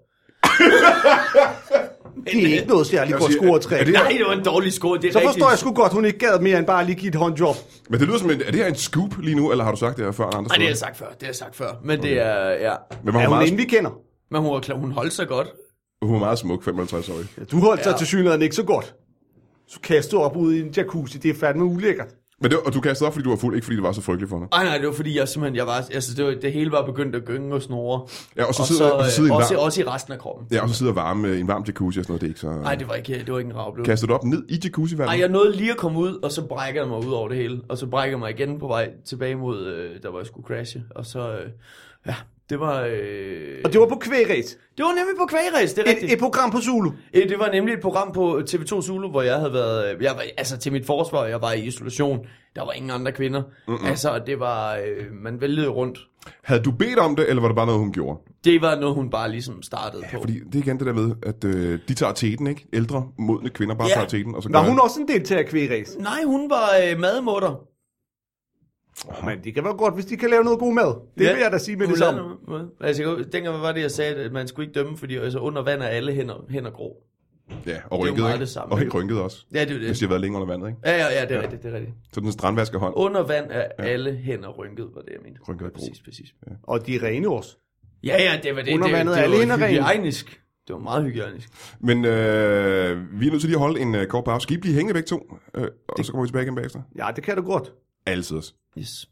Det er ikke noget særligt godt scoretræk. Det... Nej, det var en dårlig score. Det er så forstår rigtig... jeg sgu godt, hun ikke gad mere end bare lige give et håndjob. Men det lyder som en... Er det her en scoop lige nu, eller har du sagt det her før? Nej, det har jeg sagt før. Det har jeg sagt før. Men okay. Det er... Ja. Men var hun er hun meget... en, vi kender? Men hun, var, hun holdt sig godt. Hun var meget smuk, femoghalvtreds-årig. Ja, du holdt sig ja. til synligheden ikke så godt. Så kastede du op ude i en jacuzzi. Det er fandme ulækkert. Men det, og du kastede op, fordi du var fuld, ikke fordi det var så frygteligt for dig? Nej, nej, det var fordi, jeg simpelthen, jeg var, altså det, var, det hele var begyndt at gynge og snore. Ja, og så sidder, og så, og så sidder også, varm, også i resten af kroppen. Ja, og så sidder varme i en varm jacuzzi og sådan noget, det er ikke så... Nej, det var ikke, det var ikke en rar oplevelse. Kastede du op ned i jacuzzi-vandet? Nej, jeg nåede lige at komme ud, og så brækkede jeg mig ud over det hele. Og så brækkede jeg mig igen på vej tilbage mod, øh, der hvor jeg skulle crashe. Og så, øh, ja... Det var... Øh... Og det var på kvægræs? Det var nemlig på kvægræs, det er et, rigtigt. Et program på Zulu? Det var nemlig et program på T V to Zulu, hvor jeg havde været... Jeg var, altså til mit forsvar, jeg var i isolation. Der var ingen andre kvinder. Mm-mm. Altså, det var... Øh, man væltede rundt. Havde du bedt om det, eller var det bare noget, hun gjorde? Det var noget, hun bare ligesom startede ja, på. Fordi det er igen det der med, at øh, de tager teten, ikke? Ældre, modne kvinder bare ja. tager teten. Og så var hun jeg... også en deltager i kvægræs? Nej, hun var øh, madmutter. Oh, men det kan være godt, hvis de kan lave noget god mad. Det ja, vil jeg da sige med det samme. Altså, dengang var det, jeg sagde, at man skulle ikke dømme, fordi altså, under vand er alle hænder, hænder grå. Ja, og rynket, ikke? Samme, og helt rynket også. Ja, det er det. Hvis de har været længe under vandet, ikke? Ja, ja, ja, det er ja. rigtigt, det er rigtigt. Så den strandvasker hånd. Under vand er ja. alle hænder rynket, var det, jeg mente. Rynket er præcis, præcis. Ja. Og de er rene også. Ja, ja, det var det. Under det, vandet det, er alle hænder rene. Det var hygienisk. Det var meget hygienisk. Men øh, vi er nødt til lige at holde en uh, kort pause. Skal I blive hængende begge to? Øh, og det... så kommer vi tilbage igen bagefter. Ja, det kan du godt. Altid også. Yes.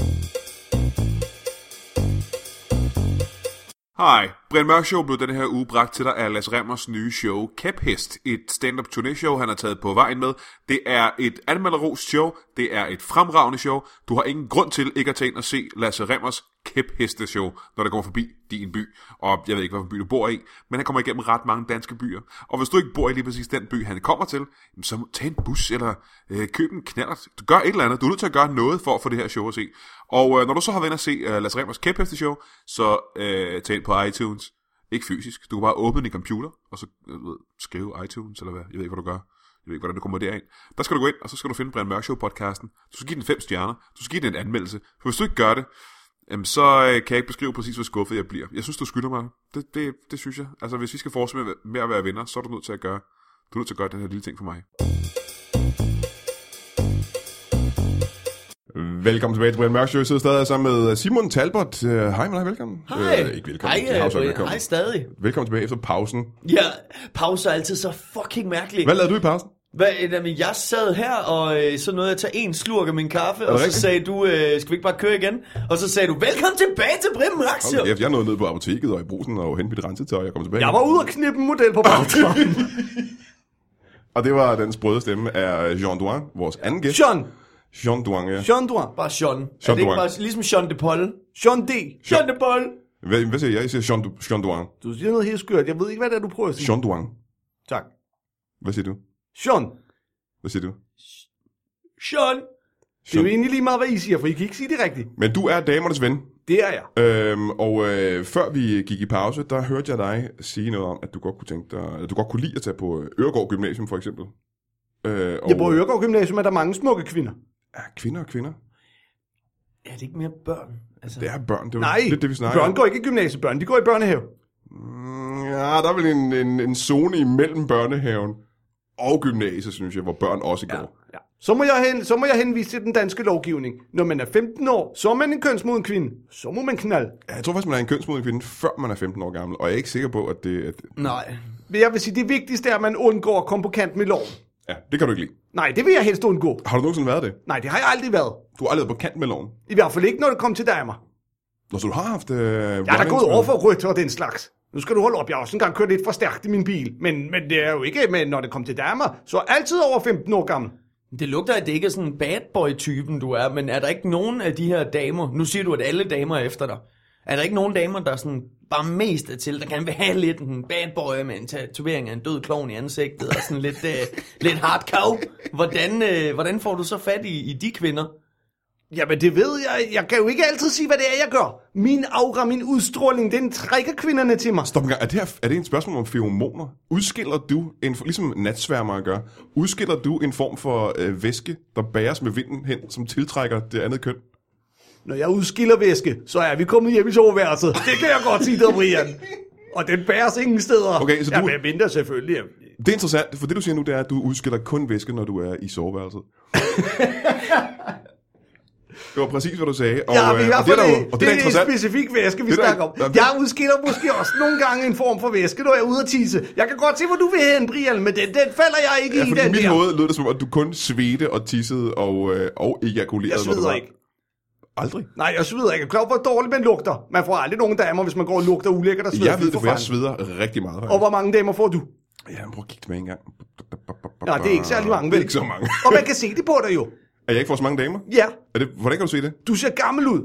Hej, Brian Mørk Show blev denne her uge bragt til dig af Lasse Remmers nye show Kæphest, et stand-up turné-show, han har taget på vejen med. Det er et anmelderost show, det er et fremragende show. Du har ingen grund til ikke at tage ind og se Lasse Remmers Kæpheste-show, når der går forbi din by. Og jeg ved ikke, hvilken by du bor i, men han kommer igennem ret mange danske byer. Og hvis du ikke bor i lige præcis den by, han kommer til, så tag en bus eller øh, køb en knallert. Du gør et eller andet. Du er nødt til at gøre noget for at få det her show at se. Og øh, når du så har været inde at se øh, Lasse Remmers Kæpheste-show, så øh, tag ind på iTunes. Ikke fysisk. Du kan bare åbne din computer, og så øh, ved, skrive iTunes, eller hvad. Jeg ved ikke, hvad du gør. Jeg ved ikke, hvordan du kommer derind. Der skal du gå ind, og så skal du finde Brian Mørk Show-podcasten. Du skal give den fem stjerner. Du skal give den en anmeldelse. For hvis du ikke gør det, jamen, så øh, kan jeg ikke beskrive præcis, hvor skuffet jeg bliver. Jeg synes, du skylder mig. Det, det, det synes jeg. Altså, hvis vi skal fortsætte med, med at være venner, så er du nødt til at gøre, du er nødt til at gøre den her lille ting for mig. Velkommen tilbage til Brian Mørk Show. Jeg sidder stadig sammen med Simon Talbot. Hej med dig, velkommen. Hej. Øh, ikke velkommen. Hej, Hej, velkommen. Hej stadig. Velkommen tilbage efter pausen. Ja, pause er altid så fucking mærkeligt. Hvad lavede du i pausen? Hvad, jamen, jeg sad her, og øh, så nåede jeg at tage en slurk af min kaffe, og så rigtigt? sagde du, øh, skal vi ikke bare køre igen? Og så sagde du, velkommen tilbage til Brian Mørk Show. Okay, jeg nåede ned på apoteket og i brusen og hente mit rensetøj, og jeg kom tilbage. Jeg var ude og knippe en model på bagtrappen. Og det var den sprøde stemme af Jean Douin, vores anden gæst. Jean. Jean Douin, ja. Jean Douin. Bare Sean. Sean Er det ikke Duran. bare ligesom Sean de Paul? Jean D. Sean de Paul. Hvad, hvad siger jeg? Jeg siger Jean, Du- Jean Douin. Du siger noget helt skørt. Jeg ved ikke, hvad det er, du prøver at sige. Jean Douin. Tak. Hvad siger du? Jean. Hvad siger du? Sean. Det er jo egentlig lige meget, hvad I siger, for I kan ikke sige det rigtigt. Men du er damernes ven. Det er jeg. Øhm, og øh, før vi gik i pause, der hørte jeg dig sige noget om, at du godt kunne tænke dig, at du godt kunne lide at tage på Øregård Gymnasium for eksempel. Øh, og, Jeg bor i Øregård Gymnasium, er der mange smukke kvinder. Ja, kvinder og kvinder. Er det ikke mere børn? Altså, Det er børn. Det er Nej, lidt det, vi snakker børn om. går ikke i gymnasiet. Børn, de går i børnehave. Mm, ja, der er vel en, en, en zone imellem børnehaven og gymnasiet, synes jeg, hvor børn også går. Ja. Så, må jeg hen, så må jeg henvise til den danske lovgivning. Når man er femten år, så er man en kønsmoden kvinde. Så må man knalde. Ja, jeg tror faktisk, man er en kønsmoden kvinde, før man er femten år gammel, og jeg er ikke sikker på, at det... At, nej. Men jeg vil sige, det vigtigste er, at man undgår at komme på kant med loven. ja, det kan du ikke lide. Nej, det vil jeg helst undgå. Har du nogensinde været det? Nej, det har jeg aldrig været. Du har aldrig været på kant med loven. I hvert fald ikke, når det kommer til damer. Når så du har haft... Øh, Jeg er da gået over for rødt og den slags. Nu skal du holde op. Jeg har også engang kørt lidt for stærkt i min bil. Men, men det er jo ikke, men når det kommer til damer, så er altid over femten år gammel. Det lugter, at det ikke er sådan en bad boy-typen, du er, men er der ikke nogen af de her damer, nu siger du, at alle damer er efter dig, er der ikke nogen damer, der sådan bare mest er til, der gerne vil have lidt en bad boy med en tatovering af en død klovn i ansigtet, og sådan lidt, øh, lidt hardcore? Hvordan, øh, hvordan får du så fat i, i de kvinder? Jamen det ved jeg. Jeg kan jo ikke altid sige, hvad det er, jeg gør. Min aura, min udstråling, den trækker kvinderne til mig. Stop en gang. Er det, her, er det en spørgsmål om feromoner? Udskiller du, en, ligesom natsværmere gør, udskiller du en form for øh, væske, der bæres med vinden hen, som tiltrækker det andet køn? Når jeg udskiller væske, så er vi kommet hjem i soveværelset. Det kan jeg godt sige dig, Brian. Og den bæres ingen steder. Okay, så du- Ja, men mindre selvfølgelig. Det er interessant, for det du siger nu, det er, at du udskiller kun væske, når du er i soveværelset. Det var præcis, hvad du sagde. Og, Ja, men i øh, hvert og det er fald, der jo- det, og det, det er det er en interessant. specifik væske, vi Det er der- snakker om. der- Jeg udskiller måske også nogle gange en form for væske, når jeg er ude at tisse. Jeg kan godt se, hvor du vil hen, Brian, men den, den falder jeg ikke Ja, i, fordi den i mit der. hoved lød det som, at du kun svedte og tissede og, øh, og ejakulerede. Jeg når du sveder var- ikke. Aldrig. Nej, jeg sveder ikke. Jeg er klar, hvor dårligt man lugter. Man får aldrig nogen damer, hvis man går og lugter ulækkert og sveder. Jeg ved det, for for jeg fanden. sveder rigtig meget. Og hvor mange damer får du? Ja, prøv at kigge tilbage en gang. Nej, det er ikke særlig mange, Det er vel? ikke så mange. Og man kan se det på dig jo. At jeg ikke får så mange damer? Ja, Er det, hvordan kan du se det? du ser gammel ud.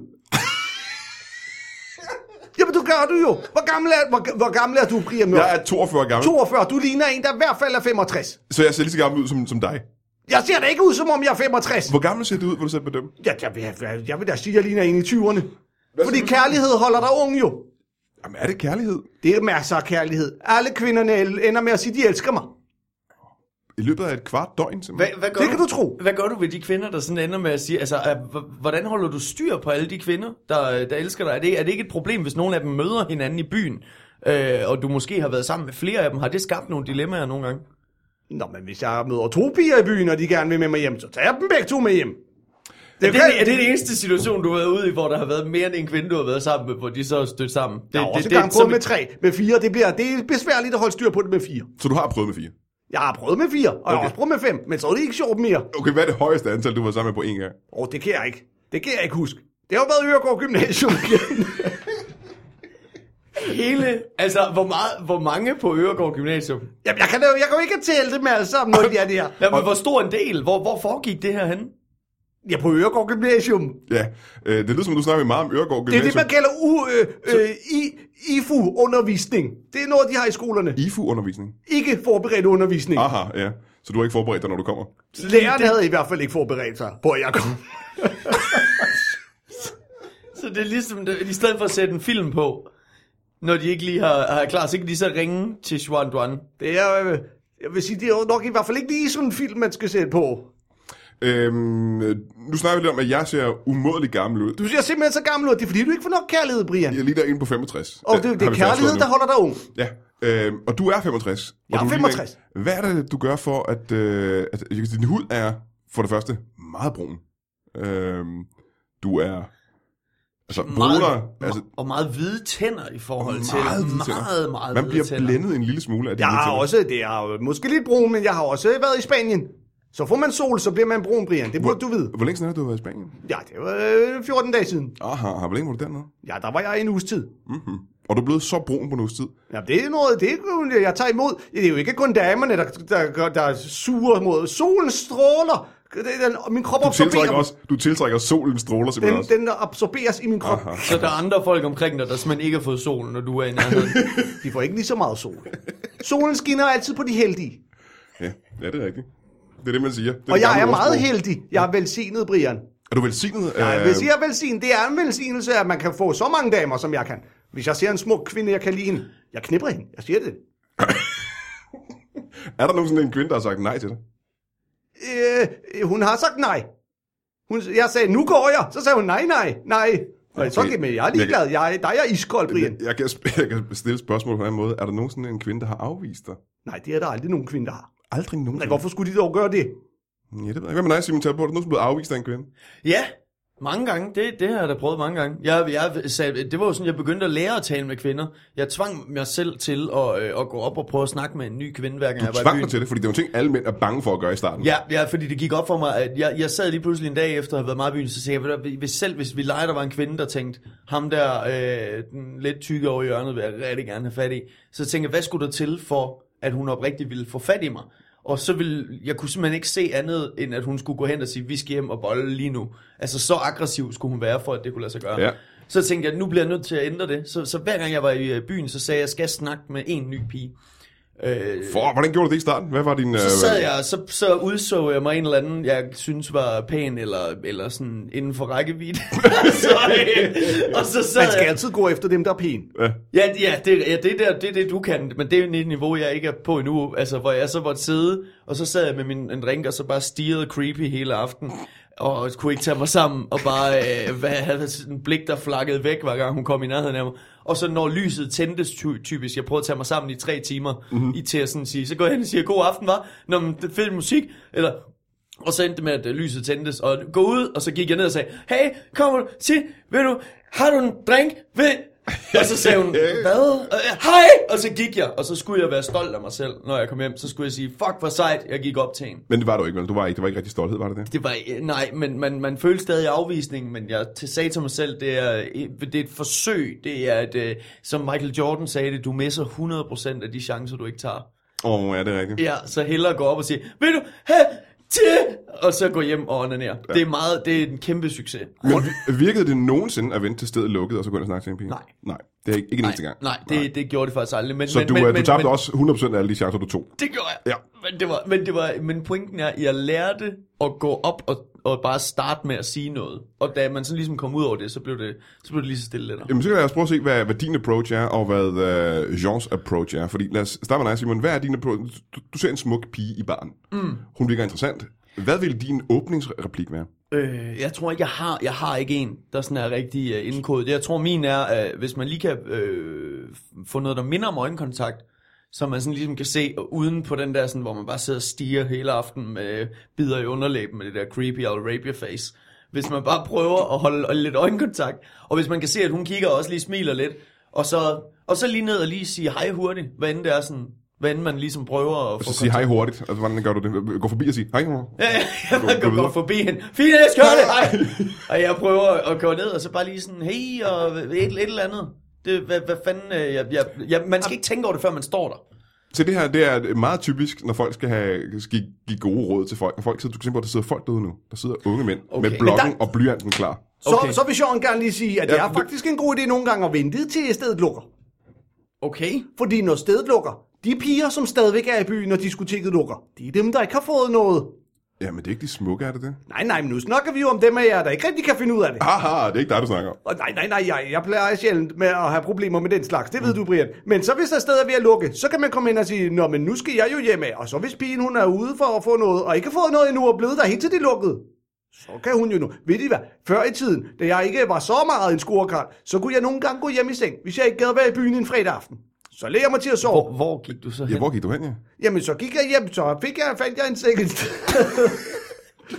Jamen, du gør du jo. Hvor gammel er, hvor, hvor gammel er du, Brian Mørk? Jeg er toogfyrre gammel, toogfyrre. Du ligner en, der i hvert fald er femogtres. så jeg ser lige så gammel ud som, som dig. Jeg ser da ikke ud, som om jeg er femogtres. Hvor gammel ser du ud, vil du selv bedømme? Ja, jeg, vil, jeg, jeg vil da sige, at jeg ligner en i tyverne. Fordi kærlighed holder dig ung jo. Jamen, er det kærlighed? Det er masser af kærlighed. Alle kvinderne ender med at sige, at de elsker mig. I løbet af et kvart døgn, simpelthen? Hvad, hvad gør Det kan du tro. Hvad gør du ved de kvinder, der sådan ender med at sige, altså, øh, h- hvordan holder du styr på alle de kvinder, der, der elsker dig? Er det, er det ikke et problem, hvis nogle af dem møder hinanden i byen, øh, og du måske har været sammen med flere af dem? Har det skabt nogle dilemmaer nogle gange? Nå, men hvis jeg møder to piger i byen, og de gerne vil med mig hjem, så tager jeg dem begge to med hjem. Det er, det, er det den eneste situation, du har været ude i, hvor der har været mere end en kvinde, du har været sammen med, hvor de så er stødt sammen? Det, Jeg har det, også det, engang det, prøvet med tre. Med fire, det, bliver, det er besværligt at holde styr på det med fire. Så du har prøvet med fire? Jeg har prøvet med fire, og okay. Jeg har Okay. også prøvet med fem, men så er det ikke sjovt mere. Okay, hvad er det højeste antal, du var sammen med på en gang? Åh, oh, det kan jeg ikke. Det kan jeg ikke huske. Det har jo været Øregård Gymnasium igen. Hele, altså, hvor, meget, hvor mange på Øregård Gymnasium? Jamen, jeg kan, jo, jeg kan jo ikke tælle dem alle sammen, når de er der. Jamen, hvor stor en del? Hvor, hvor foregik det her henne? Ja, på Øregård Gymnasium. Ja, øh, det lyder som, du snakker meget om Øregård Det er Gymnasium. det, man kalder u, øh, øh, I, I F U-undervisning. Det er noget, de har i skolerne. I F U-undervisning? Ikke forberedt undervisning. Aha, ja. Så du har ikke forberedt dig, når du kommer? Læreren havde i hvert fald ikke forberedt sig på, at jeg kom. Så det er ligesom, det- i stedet for at sætte en film på, når de ikke lige har, har klar, så kan de så ringe til Xuan Duan. Det er, øh, jeg vil sige, det er jo nok i hvert fald ikke lige sådan en film, man skal sætte på. Øhm, nu snakker vi lidt om, at jeg ser umådeligt gammel ud. Du ser simpelthen så gammel ud. Det er fordi, du ikke får nok kærlighed, Brian. Jeg ligner en på femogtres. Og det, det har er vi kærlighed, fastslået der nu. holder dig ung. Ja, øhm, og du er femogtres. Jeg og er du ligner femogtres. en- Hvad er det, du gør for, at, øh, at din hud er for det første meget brun? Øhm, du er Altså, meget, bruner, altså, og meget hvide tænder i forhold til meget hvide tænder. meget, meget man hvide bliver tænder. blændet en lille smule af de Jeg hvide har tænder. også, det er måske lidt brun, men jeg har også været i Spanien. Så får man sol, så bliver man brun, Brian. Det burde du vide. Hvor længe siden har du været i Spanien? Ja, det var øh, fjorten dage siden. Aha, hvor længe var du dernede? Ja, der var jeg en uges tid. Mm-hmm. Og du er blevet så brun på en uges tid. Ja, det er noget, det er jo, jeg tager imod. Det er jo ikke kun damerne, der, der, der, der suger mod solen stråler. Den, min krop Du tiltrækker absorberer også, du tiltrækker solens stråler simpelthen den, også. den absorberes i min krop. Aha. Så der er andre folk omkring dig, der simpelthen ikke har fået solen, når du er i nærheden. De får ikke lige så meget sol. Solen skinner altid på de heldige. Ja, ja, det er rigtigt. Det er det, man siger. Det er Og det jeg gamle er meget ordsprog. heldig. Jeg er velsignet, Brian. Er du velsignet? Ja, Øh, hvis jeg er velsignet, det er en velsignelse, at man kan få så mange damer, som jeg kan. Hvis jeg ser en smuk kvinde, jeg kan lide hende, jeg knipper hende. Jeg siger det. Er der nogensinde en kvinde, der har sagt nej til dig? Øh, hun har sagt nej. Hun, jeg sagde, nu går jeg. Så sagde hun, nej, nej, nej. Okay. Så okay, men jeg er ligeglad. Jeg, der er jeg iskold, Brian. Jeg kan, jeg kan stille spørgsmål på en anden måde. Er der nogensinde en kvinde, der har afvist dig? Nej, det er der aldrig nogen kvinde, der har. Aldrig nogensinde. Nej, hvorfor skulle de dog gøre det? Ja, det ved jeg ikke. Hvad med dig, Simon Talbot? Er du nogensinde blevet afvist af en kvinde? Ja, mange gange. Det, det har jeg da prøvet mange gange. Jeg, jeg sagde, det var jo sådan, jeg begyndte at lære at tale med kvinder. Jeg tvang mig selv til at, øh, at gå op og prøve at snakke med en ny kvinde, hver gang jeg Du var i tvang byen. dig til det, fordi det er jo ting, alle mænd er bange for at gøre i starten. Ja, ja, fordi det gik op for mig, at jeg, jeg sad lige pludselig en dag efter at have været meget i byen, så sagde jeg, ved du, hvis selv hvis vi legede, der var en kvinde, der tænkte, ham der, øh, den lidt tykke over i hjørnet, vil jeg rigtig gerne have fat i. Så tænkte jeg, hvad skulle der til for, at hun oprigtigt ville få fat i mig? Og så ville, jeg kunne simpelthen ikke se andet, end at hun skulle gå hen og sige, vi skal hjem og bolle lige nu. Altså så aggressiv skulle hun være, for at det kunne lade sig gøre. Ja. Så tænkte jeg, nu bliver jeg nødt til at ændre det. Så, så hver gang jeg var i byen, så sagde jeg, jeg skal snakke med en ny pige. Øh, For, hvordan gjorde du det i starten? Hvad var din... så øh, sad jeg, så, så udså jeg mig en eller anden, jeg synes var pæn, eller, eller sådan inden for rækkevidde. så, øh, og så sad Man skal jeg, altid gå efter dem, der er pæne. Ja. ja, ja, det, ja det, der, det er det, du kan, men det er jo et niveau, jeg ikke er på endnu, altså, hvor jeg så måtte sidde, og så sad jeg med min en drink, og så bare stirrede creepy hele aften, og kunne ikke tage mig sammen, og bare øh, hvad, havde sådan en blik, der flakkede væk, hver gang hun kom i nærheden af mig. Og så når lyset tændtes ty- typisk, jeg prøvede at tage mig sammen i tre timer, mm-hmm. i til at sådan sige, så går jeg hen og siger, god aften, var, når man det er fed musik, eller... Og så endte det med, at lyset tændtes, og gå ud, og så gik jeg ned og sagde, hey, kommer du, sig, ved du, har du en drink, ved... Og så sagde hun, hvad? Hej! Og så gik jeg, og så skulle jeg være stolt af mig selv, når jeg kom hjem. Så skulle jeg sige, fuck hvor sejt, jeg gik op til hende. Men det var du ikke, vel? Du var ikke, det var ikke rigtig stolthed, var det det? Det var, nej, men man, man følte stadig afvisning, men jeg sagde til mig selv, det er, det er et forsøg. Det er, et, som Michael Jordan sagde det, du misser hundrede procent af de chancer, du ikke tager. Åh, oh, ja, det er rigtigt. Ja, så hellere gå op og sige, vil du have til? Og så gå hjem og onanere. Ja. Det er meget, det er en kæmpe succes. Men virkede det nogensinde at vente til stedet lukket, og så gå ind og snakke til en pige? Nej. Nej, det er ikke, ikke en eneste gang. Nej, det, det gjorde det faktisk aldrig. Men, Så men, du, men, men, men, du tabte men, også hundrede procent af alle de chancer, du tog? Det gjorde jeg. Ja. Men, det var, men, det var, men pointen er, at jeg lærte at gå op og, og bare starte med at sige noget. Og da man sådan ligesom kom ud over det, så blev det, så blev det lige så stille lidt. Jamen, så kan jeg også prøve at se, hvad, hvad din approach er, og hvad uh, Jeans approach er. Fordi lad os starte med dig, Simon. Hvad er din approach? Du, du ser en smuk pige i baren. Mm. Hun virker interessant. Hvad vil din åbningsreplik være? Øh, jeg tror ikke, jeg har, jeg har ikke en, der sådan er rigtig uh, indkodet. Jeg tror, min er, at uh, hvis man lige kan øh, få noget, der minder om øjenkontakt, så man sådan ligesom kan se, og uden på den der, sådan, hvor man bare sidder og stiger hele aftenen med bider i underlæben med det der creepy Arabia face. Hvis man bare prøver at holde, holde lidt øjenkontakt, og hvis man kan se, at hun kigger og også lige smiler lidt, og så, og så lige ned og lige sige hej hurtigt, hvad end det er sådan, hvad end man ligesom prøver at Og få så sige hej hurtigt. Altså, hvordan gør du det? Gå forbi og sige hej. Ja, ja, jeg Gå- går, gå går videre. forbi hende. Fint, jeg skal gøre det, hej. Og jeg prøver at gå ned, og så bare lige sådan, hey, og et, et eller andet. Det, hvad, hvad fanden, øh, jeg, jeg, jeg, man skal ikke tænke over det, før man står der. Så det her, det er meget typisk, når folk skal, have, skal give gode råd til folk. Når folk sidder, du kan se, hvor der sidder folk derude nu. Der sidder unge mænd Okay. med blokken Men der- og blyanten klar. Så, Okay. så vil Sean gerne lige sige, at det Ja, er faktisk en god idé nogle gange at vente til stedet lukker. Okay. Fordi når stedet lukker, de piger, som stadigvæk er i byen, når diskoteket lukker, de er dem, der ikke har fået noget. Ja, men det er ikke de smukke, er det det? Nej, nej, men nu snakker vi jo om dem af jer, der ikke rigtig kan finde ud af det. Haha, det er ikke dig, du snakker om. Og nej, nej, nej, jeg, jeg plejer sjældent med at have problemer med den slags. Det ved du, Brian. Men så hvis der stadig er ved at lukke, så kan man komme ind og sige, nå, men nu skal jeg jo hjem af. Og så hvis pigen, hun er ude for at få noget, og ikke har fået noget endnu, og blevet der helt til det lukkede, så kan hun jo nu. Ved I hvad? Før i tiden, da jeg ikke var så meget en scorekarl, så kunne jeg nogle gange gå hjem i seng, hvis jeg ikke gad være i byen en fredag aften. Så lagde jeg mig til at sove. Hvor, hvor gik du så hen? Ja, hvor gik du hen, ja? Jamen, så gik jeg hjem, så fik jeg, fandt jeg en seng et sted.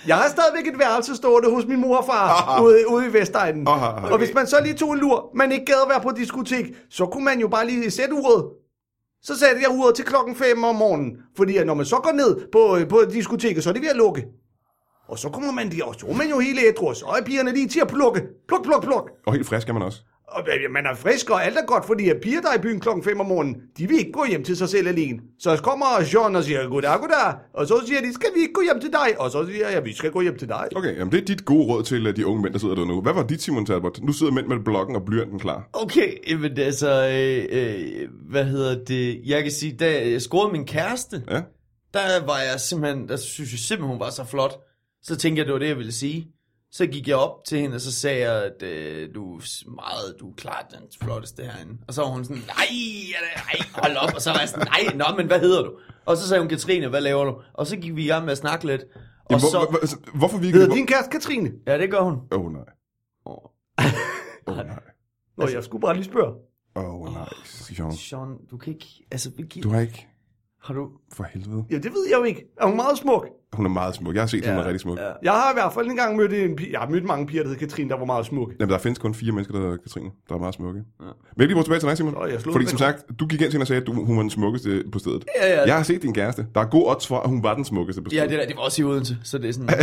Jeg har stadigvæk et værelse stående hos min mor og far ude, ude i Vestegnen. Okay. Og hvis man så lige tog en lur, man ikke gad at være på diskotek, så kunne man jo bare lige sætte uret. Så satte jeg uret til klokken fem om morgenen. Fordi når man så går ned på, på diskoteket, så er det ved at lukke. Og så kommer man lige, og så er man jo hele ædru, så er pigerne lige til at plukke. Pluk, pluk, pluk. Og helt frisk er man også. Og man er frisk, og alt er godt, fordi at piger, der er i byen klokken fem om morgenen, de vil ikke gå hjem til sig selv alene. Så kommer John og siger, goddag, goddag. Og så siger de, skal vi ikke gå hjem til dig? Og så siger jeg, vi skal gå hjem til dig. Okay, jamen det er dit gode råd til de unge mænd, der sidder der nu. Hvad var dit, Simon Talbot? Nu sidder mænd med bloggen og blyanten klar. Okay, men altså, øh, øh, hvad hedder det? Jeg kan sige, da jeg scorede min kæreste, Ja. der var jeg simpelthen, der synes jeg simpelthen, hun var så flot. Så tænkte jeg, det var det, jeg ville sige. Så gik jeg op til hende, og så sagde jeg, at øh, du er meget, du er klart den flotteste herinde. Og så var hun sådan, nej, nej, hold op. Og så var jeg sådan, nej, nå, men hvad hedder du? Og så sagde hun, Katrine, hvad laver du? Og så gik vi i gang med at snakke lidt. Og Jamen, hvor, så... hvor, hvor, hvorfor virker Hedder det? din kæreste Katrine? Ja, det gør hun. Åh oh, nej. Åh, Åh oh, nej. Nå, jeg skulle bare lige spørge. Åh oh, nej, Sean. Sean, du kan ikke, altså, vi giver... Du har ikke... Har du... For helvede. Ja, det ved jeg jo ikke. Er hun meget smuk? Hun er meget smuk. Jeg har set, at hun er rigtig smuk. Ja. Jeg har i hvert fald en gang mødt en pige. Jeg har mødt mange piger, der hedder Katrine, der var meget smukke. Jamen, der findes kun fire mennesker, der hedder Katrine, der er meget smukke. Ja. Men jeg lige bruge tilbage til dig, Simon. Nå, jeg slog Fordi den som væk. sagt, du gik ind til hende og sagde, at du, hun var den smukkeste på stedet. Ja, ja. Jeg har set din kæreste. Der er god odds for, at hun var den smukkeste på stedet. Ja, det, der, det var også i Odense, så det er sådan...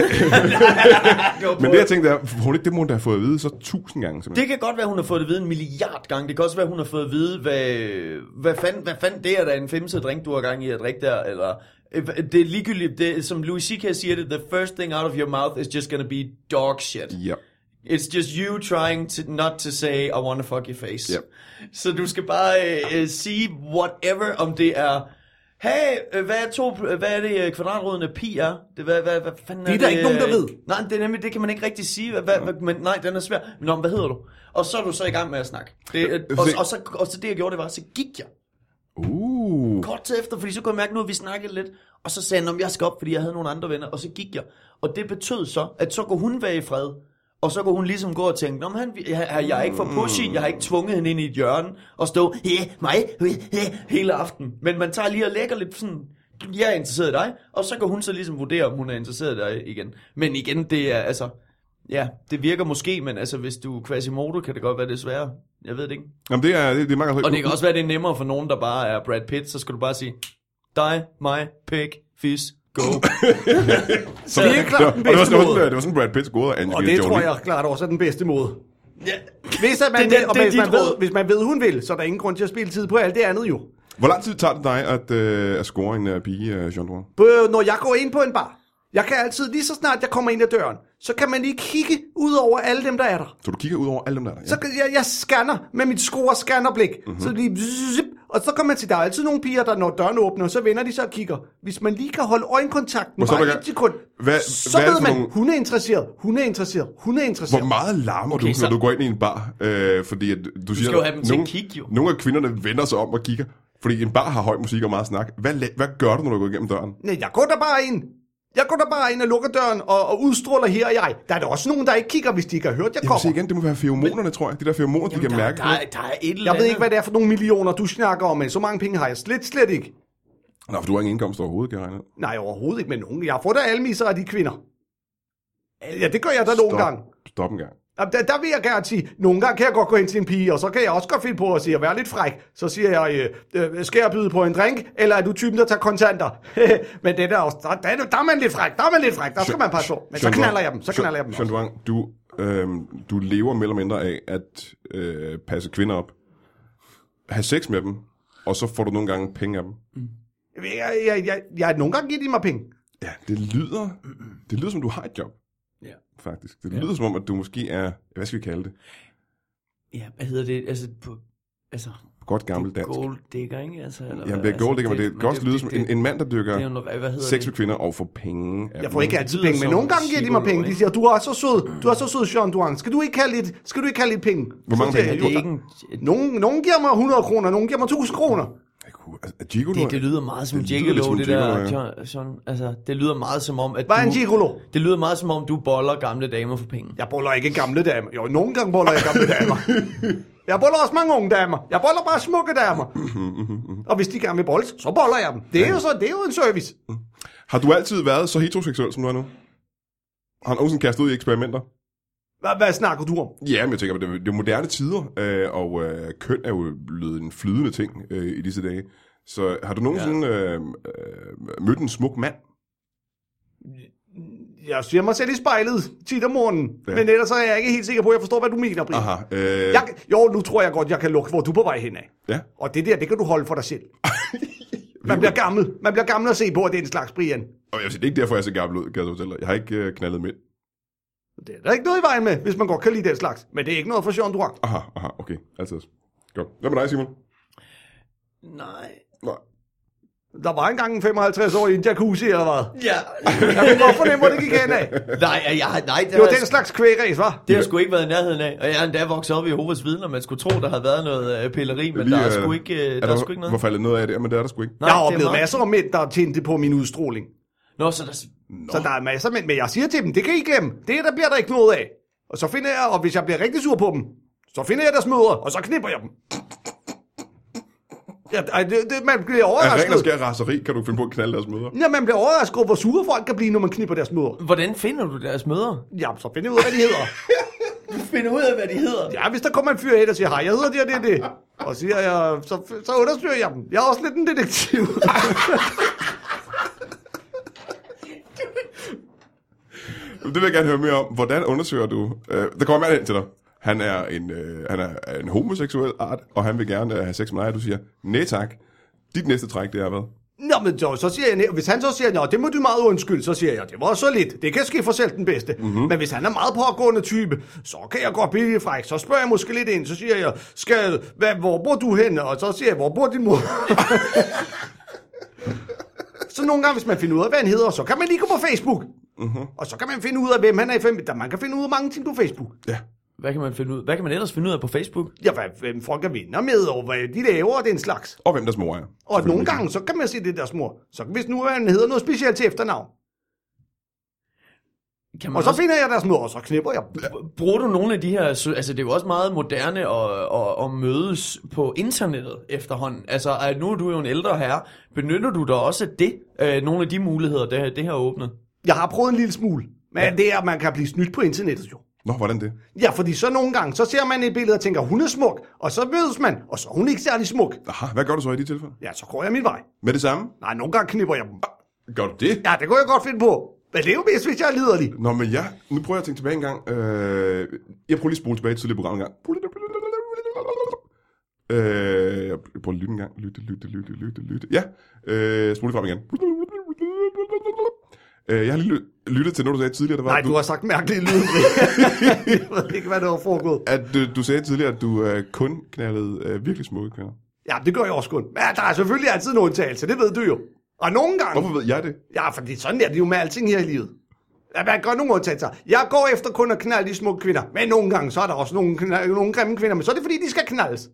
Men det, jeg tænkte, er, hun ikke det, må hun da have fået at vide så tusind gange. Simpelthen. Det kan godt være, hun har fået det at vide en milliard gange. Det kan også være, hun har fået at vide, hvad, hvad fanden hvad fand det er, der er en femse drink, du har gang i at drikke der, eller... Det er ligegyldigt, det, som Louis C K siger det, the first thing out of your mouth is just gonna be dog shit. Ja. It's just you trying to not to say, I want to fuck your face. Yep. Så du skal bare uh, sige whatever, om det er, hey, hvad er, to, hvad er det kvadratroden af pi er? Det, hvad, hvad, hvad fanden er Det er der ikke nogen, der ved. Nej, det er nemlig, det kan man ikke rigtig sige. Hvad, hvad, men nej, den er svær. Nå, hvad hedder du? Og så er du så i gang med at snakke. Det, og, og, så, og så det, jeg gjorde, det var, så gik jeg. Uh. Kort tid efter, fordi så kunne jeg mærke nu, at vi snakkede lidt. Og så sagde han, om jeg skal op, fordi jeg havde nogle andre venner. Og så gik jeg. Og det betød så, at så kunne hun være i fred. Og så kunne hun ligesom gå og tænke, nå, men han, jeg, jeg er ikke for pushy, jeg har ikke tvunget hende ind i et hjørne. Og stå, ja, mig, ja, hele aften. Men man tager lige og lægger lidt sådan, jeg er interesseret i dig. Og så kan hun så ligesom vurdere, om hun er interesseret i dig igen. Men igen, det er altså... Ja, det virker måske, men altså, hvis du er Quasimodo, kan det godt være det svære. Jeg ved det ikke. Jamen, det er, det, det er meget godt. Og det kan også være, det er nemmere for nogen, der bare er Brad Pitt, så skal du bare sige, dig, mig, pig, fish, go. Så det er klart den og det var bedste sådan, måde. det var sådan Brad Pitts gode af Og det tror jeg klart også er den bedste måde. Ja. Hvis, at man, Det- det, det- og det er hvis, man dit ved, råd. hvis man ved, hun vil, så er der ingen grund til at spille tid på alt det andet jo. Hvor lang tid tager det dig at, øh, at score en uh, pige, uh, Jean Drouin? På, når jeg går ind på en bar, jeg kan altid, lige så snart jeg kommer ind ad døren, så kan man lige kigge ud over alle dem, der er der. Så du kigger ud over alle dem der? Ja. Så kan jeg, jeg scanner med mit score scannerblik. Mm-hmm. Så lige, zip, og så kommer man til, der er altid nogle piger, der når døren åbner, så vender de sig og kigger. Hvis man lige kan holde øjenkontakt med Hvor så er bare der- et sekund, Hvad- så hvad er det ved for man, nogle- hun er interesseret, hun er interesseret, hun er interesseret. Hvor meget larmer Okay, du, så- når du går ind i en bar? Øh, fordi at, du siger, skal jo have dem til at nogle, kigge, jo. nogle af kvinderne vender sig om og kigger. Fordi en bar har høj musik og meget snak. Hvad, la- hvad gør du, når du går igennem døren? Nej, jeg går der bare ind. Jeg går der bare ind og lukker døren og, og udstråler her og jeg. Der er der også nogen, der ikke kigger, hvis de ikke har hørt, jeg Jeg kommer. må sige igen, det må være feromonerne, tror jeg. De der feromoner, de kan der, mærke. der, er- der er et eller Jeg ved andet. ikke, hvad det er for nogle millioner, du snakker om, men så mange penge har jeg slet, slet ikke. Nå, for du har ingen indkomst overhovedet, kan jeg regne ud. Nej, overhovedet ikke med nogen. Jeg får da almisser af de kvinder. Ja, det gør jeg da nogle gange. Stop en gang. Der, der vil jeg gerne sige, nogle gange kan jeg godt gå ind til en pige, og så kan jeg også godt finde på at sige, at være lidt fræk. Så siger jeg, øh, øh, skal jeg byde på en drink, eller er du typen, der tager kontanter? Men det der, også, der, der, der er man lidt fræk, der er man lidt fræk, der skal man passe på. Men så knaller jeg dem, så knaller jeg dem Jean også. Drouin, du, øh, du lever mere eller mindre af at øh, passe kvinder op, have sex med dem, og så får du nogle gange penge af dem. Jeg, jeg, jeg, jeg, nogle gange giver de mig penge. Ja, det lyder, det lyder som, du har et job. Ja. Faktisk. Det lyder som om, at du måske er, hvad skal vi kalde det? Ja, hvad hedder det? Altså, på, altså Godt gammelt dansk. gold digger, ikke? Altså, eller, Jamen, det er gold, altså, men det kan også lyde som en, en mand, der dykker det er jo noget, hvad hedder sex det? med kvinder og får penge. af Jeg dem. får ikke altid lyder penge, men som nogle gange giver de mig gigolo, penge. De ikke? siger, du er så sød, du er så sød, Jean Drouin. Skal du ikke have lidt, skal du ikke have lidt penge? Hvor mange Så siger penge? jeg, Det er jo, ikke en, Nogen, nogen giver mig hundrede kroner, nogen giver mig tusind kroner. Jeg kunne- Altså, er gigolo, det, det lyder meget som en Det lyder lidt gigolo, som en det gigolo, der, ja. John, John, altså, det lyder meget som om, at Hvad er en du, gigolo? det lyder meget som om, du boller gamle damer for penge. Jeg boller ikke gamle damer. Jo, nogle gange boller jeg gamle damer. Jeg boller også mange unge damer. Jeg boller bare smukke damer. Og hvis de gerne vil bolles, så boller jeg dem. Det er jo, så, det er jo en service. Har du altid været så heteroseksuel, som du er nu? Har han nogensinde kastet ud i eksperimenter? Hvad, hvad snakker du om? Ja, men jeg tænker, det er, det er moderne tider, øh, og øh, køn er jo blevet en flydende ting øh, i disse dage. Så har du nogensinde ja. øh, øh, mødt en smuk mand? Jeg ser mig selv i spejlet tit om morgenen, ja. Men ellers er jeg ikke helt sikker på, at jeg forstår, hvad du mener, Brian. Aha. Øh... Jeg, jo, nu tror jeg godt, jeg kan lukke, hvor du er på vej henad. Ja. Og det der, det kan du holde for dig selv. Man bliver gammel. Man bliver gammel at se på, at det er en slags, Brian. Og jeg siger, det er ikke derfor, jeg ser gammel ud, kan jeg fortælle dig. Jeg har ikke øh, knaldet mænd. Det er der ikke noget i vejen med, hvis man godt kan lide den slags. Men det er ikke noget for Jean Durand. Aha, aha, okay. Altid. Godt. Hvad med dig, Simon? Nej. Nej. Der var engang en femoghalvtreds år i en jacuzzi, eller hvad? Ja. Jeg kan godt fornemme, hvor det gik hen af. nej, jeg, nej, det, Det var har, den slags kvægræs, hva'? det har sgu ikke været i nærheden af. Og jeg er endda vokset op i Jehovas vidner, man skulle tro, der havde været noget øh, pilleri, men Lige, der er øh, sgu ikke, øh, er der er sgu ikke noget. Hvor faldet noget af det, men det er der sgu ikke. Nej, Jeg har det er oplevet meget- masser af mænd, der tændte på min udstråling. Nå, så der... Så der er masser af mænd, men jeg siger til dem, det kan I glemme. Det der bliver der ikke noget af. Og så finder jeg, og hvis jeg bliver rigtig sur på dem, så finder jeg deres mødre, og så knipper jeg dem. Ja, det, det, man bliver Af ren og overrasket. skær raseri kan du finde på at knalde deres mødre. Ja, man bliver overrasket over, hvor sure folk kan blive, når man knipper deres mødre. Hvordan finder du deres mødre? Ja, så finder jeg ud af, hvad de hedder. Du finder ud af, hvad de hedder. Ja, hvis der kommer en fyr hen og siger, hej, jeg hedder det og det og det. Og siger jeg, så, så undersøger jeg dem. Jeg er også lidt en detektiv. Det vil jeg gerne høre mere om. Hvordan undersøger du... Øh, der kommer mand ind til dig. Han er en, øh, han er en homoseksuel art, og han vil gerne øh, have sex med dig, og du siger, nej tak. Dit næste træk, det er hvad? Nå, men så, så siger jeg, nej. Hvis han så siger, nå, det må du meget undskylde, så siger jeg, det var så lidt. Det kan ske for selv den bedste. Mm-hmm. Men hvis han er meget pågående type, så kan jeg godt blive lidt fræk. Så spørger jeg måske lidt ind, så siger jeg, skal, hvad, hvor bor du henne? Og så siger jeg, hvor bor din mor? Så nogle gange, hvis man finder ud af, hvad han hedder, så kan man lige gå på Facebook. Mm-hmm. Og så kan man finde ud af, hvem han er i fem. Man kan finde ud af mange ting på Facebook. Ja. Hvad kan man finde ud? Hvad kan man ellers finde ud af på Facebook? Ja, hvad, hvem folk er venner med, og hvad de laver, og den slags. Og hvem deres mor er. Og nogle gange, så kan man se det der mor. Så hvis nu han hedder noget specielt til efternavn. Kan man Og så også, finder jeg deres mor, og så knipper jeg. bruger du nogle af de her... sø- Altså, det er jo også meget moderne at, at, at mødes på internettet efterhånden. Altså, at nu er du jo en ældre herre. Benytter du da også det? Øh, nogle af de muligheder, det her, det her åbnet? Jeg har prøvet en lille smule. Men ja. Det er, at man kan blive snydt på internettet jo. Nå, hvordan det? Ja, fordi så nogle gange, så ser man et billede og tænker, hun er smuk. Og så mødes man, og så er hun ikke særlig smuk. Aha, hvad gør du så i de tilfælde? Ja, så går jeg min vej. Med det samme? Nej, nogle gange knipper jeg dem. Gør du det? Ja, det kunne jeg godt finde på. Men det er jo mest, hvis jeg er liderlig. Nå, men ja, nu prøver jeg at tænke tilbage en gang. Øh, jeg prøver lige at spole tilbage til det program en gang. Øh, jeg prøver at lytte en gang. Lytte, lytte, lytte, lytte, lytte. Ja, øh, spole frem igen. Øh, jeg har lige lyt- lyttet til noget, du sagde tidligere. Der var, Nej, du har sagt mærkelige lyde. Jeg ved ikke, hvad der var foregået. At du, du sagde tidligere, at du øh, kun knaldede øh, virkelig smukke kvinder. Ja, det gør jeg også kun. Men der er selvfølgelig altid en undtagelse, det ved du jo. Og nogle gange... Hvorfor ved jeg det? Ja, fordi sådan er det jo med alting her i livet. Ja, man gør nogle undtagelser. Jeg går efter kun at knalde de smukke kvinder. Men nogle gange, så er der også nogle, knald, nogle grimme kvinder. Men så er det fordi, de skal knaldes.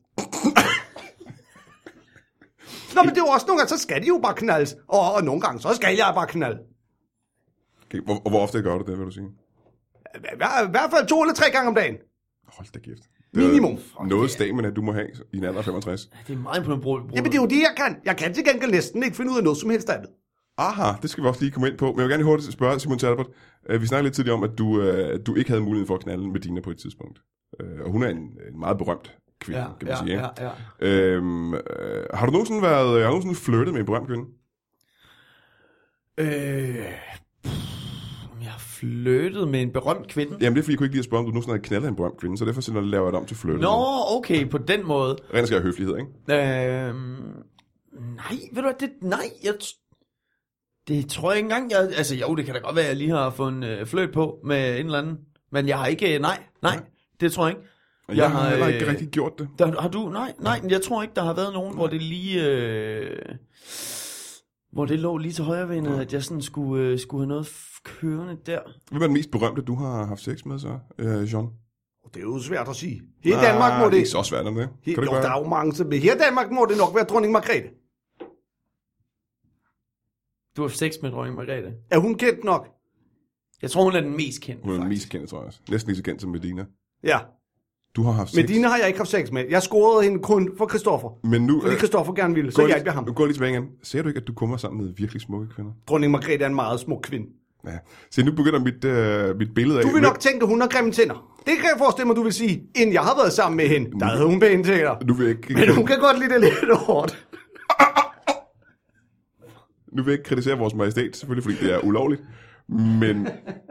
Nå, men det er jo også nogle gange, så skal de jo bare knaldes. Og, og nogle gange, så skal jeg bare knalde. Okay, hvor, og hvor ofte gør du det, vil du sige? I hvert fald to eller tre gange om dagen. Hold da kæft. Minimum. Noget stamina, du må have i en alder af femogtres. Det er meget på en brug. Jamen, det er jo det, jeg kan. Jeg kan til gengæld næsten ikke finde ud af noget som helst andet. Aha, det skal vi også lige komme ind på. Men jeg vil gerne hurtigt spørge Simon Talbot. Vi snakkede lidt tidligere om, at du, at du ikke havde mulighed for at knalde med Dina på et tidspunkt. Og hun er en, en meget berømt kvinde, Ja, kan man ja, sige. ja, ja. Øhm, øh, har du nogensinde været, har du nogensinde flirtet med en berømt kvinde? Øh... Om jeg har flyttet med en berømt kvinde? Jamen det er fordi, jeg kunne ikke lige at spørge, om du nogensinde havde knaldet en berømt kvinde, så derfor så laver jeg det om til flirtet. Nå, okay, på den måde. Ren skal have høflighed, ikke? Øh... Nej, ved du hvad, det... Nej, jeg... Det tror jeg ikke engang, jeg... Altså jo, det kan da godt være, at jeg lige har fået en øh, fløjt på med en eller anden. Men jeg har ikke... Nej, nej, det tror jeg ikke. Jeg, jeg har heller ikke rigtig gjort det. Der, har du? Nej, nej, men jeg tror ikke, der har været nogen, hvor det lige... Øh, hvor det lå lige til højrebenet, at jeg sådan skulle, øh, skulle have noget f- kørende der. Hvem er den mest berømte, du har haft sex med så, øh, Jean? Det er jo svært at sige. Her i Danmark må det... det er så svært om det. Her, Kan det jo, være? der er jo mange, som... Her i Danmark må det nok være dronning Margrethe. Du har sex med dronning Margrethe. Er hun kendt nok? Jeg tror, hun er den mest kendte, Hun er den faktisk. mest kendte, tror jeg også. Næsten lige så kendt som Medina. Ja. Du har haft sex. Medina har jeg ikke haft sex med. Jeg scorede hende kun for Christoffer. Men nu... Fordi øh, Christoffer gerne ville, så gå hjalp jeg lige- ham. Nu går jeg lige tilbage igen. Ser du ikke, at du kommer sammen med virkelig smukke kvinder? Dronning Margrethe er en meget smuk kvinde. Ja. Så nu begynder mit, øh, mit billede af... Du vil nok tænke, at hun har grimme tænder. Det kan jeg forestille mig, du vil sige, inden jeg har været sammen med hende. Der havde hun pæne tænder. Nu vil jeg ikke... Men hun kan godt lide det lidt hårdt. Nu vil jeg ikke kritisere vores majestæt, selvfølgelig, fordi det er ulovligt. Men...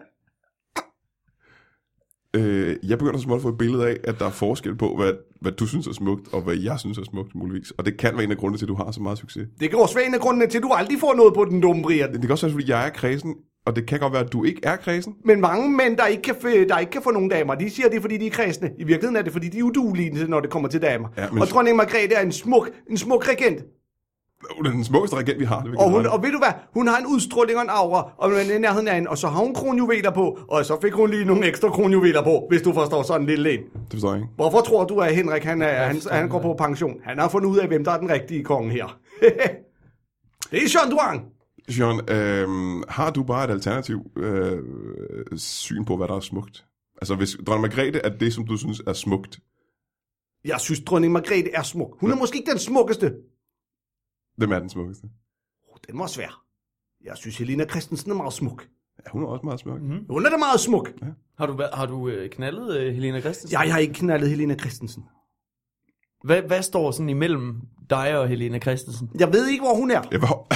Øh, jeg begynder så at få et billede af, at der er forskel på, hvad, hvad du synes er smukt, og hvad jeg synes er smukt, muligvis. Og det kan være en af grundene til, at du har så meget succes. Det kan også være en af grundene til, at du aldrig får noget på den dumme, Brian. Det kan også være, fordi jeg er kredsen, og det kan godt være, at du ikke er kredsen. Men mange mænd, der ikke kan, f- der ikke kan få nogle damer, de siger, det er, fordi de er kredsende. I virkeligheden er det, fordi de er uduelige, når det kommer til damer. Ja, men... Og dronning Margrethe er en smuk, en smuk regent. Hun er den smukkeste regent, vi har. Det og, hun, og ved du hvad? Hun har en udstråling og en aura, og man er nærheden af hende, og så har hun kronjuveler på, og så fik hun lige nogle ekstra kronjuveler på, hvis du forstår sådan en lille en. Det forstår jeg ikke. Hvorfor tror du, at Henrik han, er, han, han går på pension? Han har fundet ud af, hvem der er den rigtige konge her. Det er Jean Duang. Jean, øh, har du bare et alternativ øh, syn på, hvad der er smukt? Altså, hvis dronning Margrethe er det, som du synes er smukt? Jeg synes, dronning Margrethe er smuk. Hun er måske ikke den smukkeste. Hvem er den smukkeste? Oh, den var svær. Jeg synes, Helena Christensen er meget smuk. Ja, hun er også meget smuk. Mm-hmm. Hun er da meget smuk. Ja. Har du, har du øh, knaldet øh, Helena Christensen? Ja, jeg har ikke knaldet Helena Christensen. Hvad, hvad står sådan imellem dig og Helena Christensen? Jeg ved ikke, hvor hun er. Ja, hvor...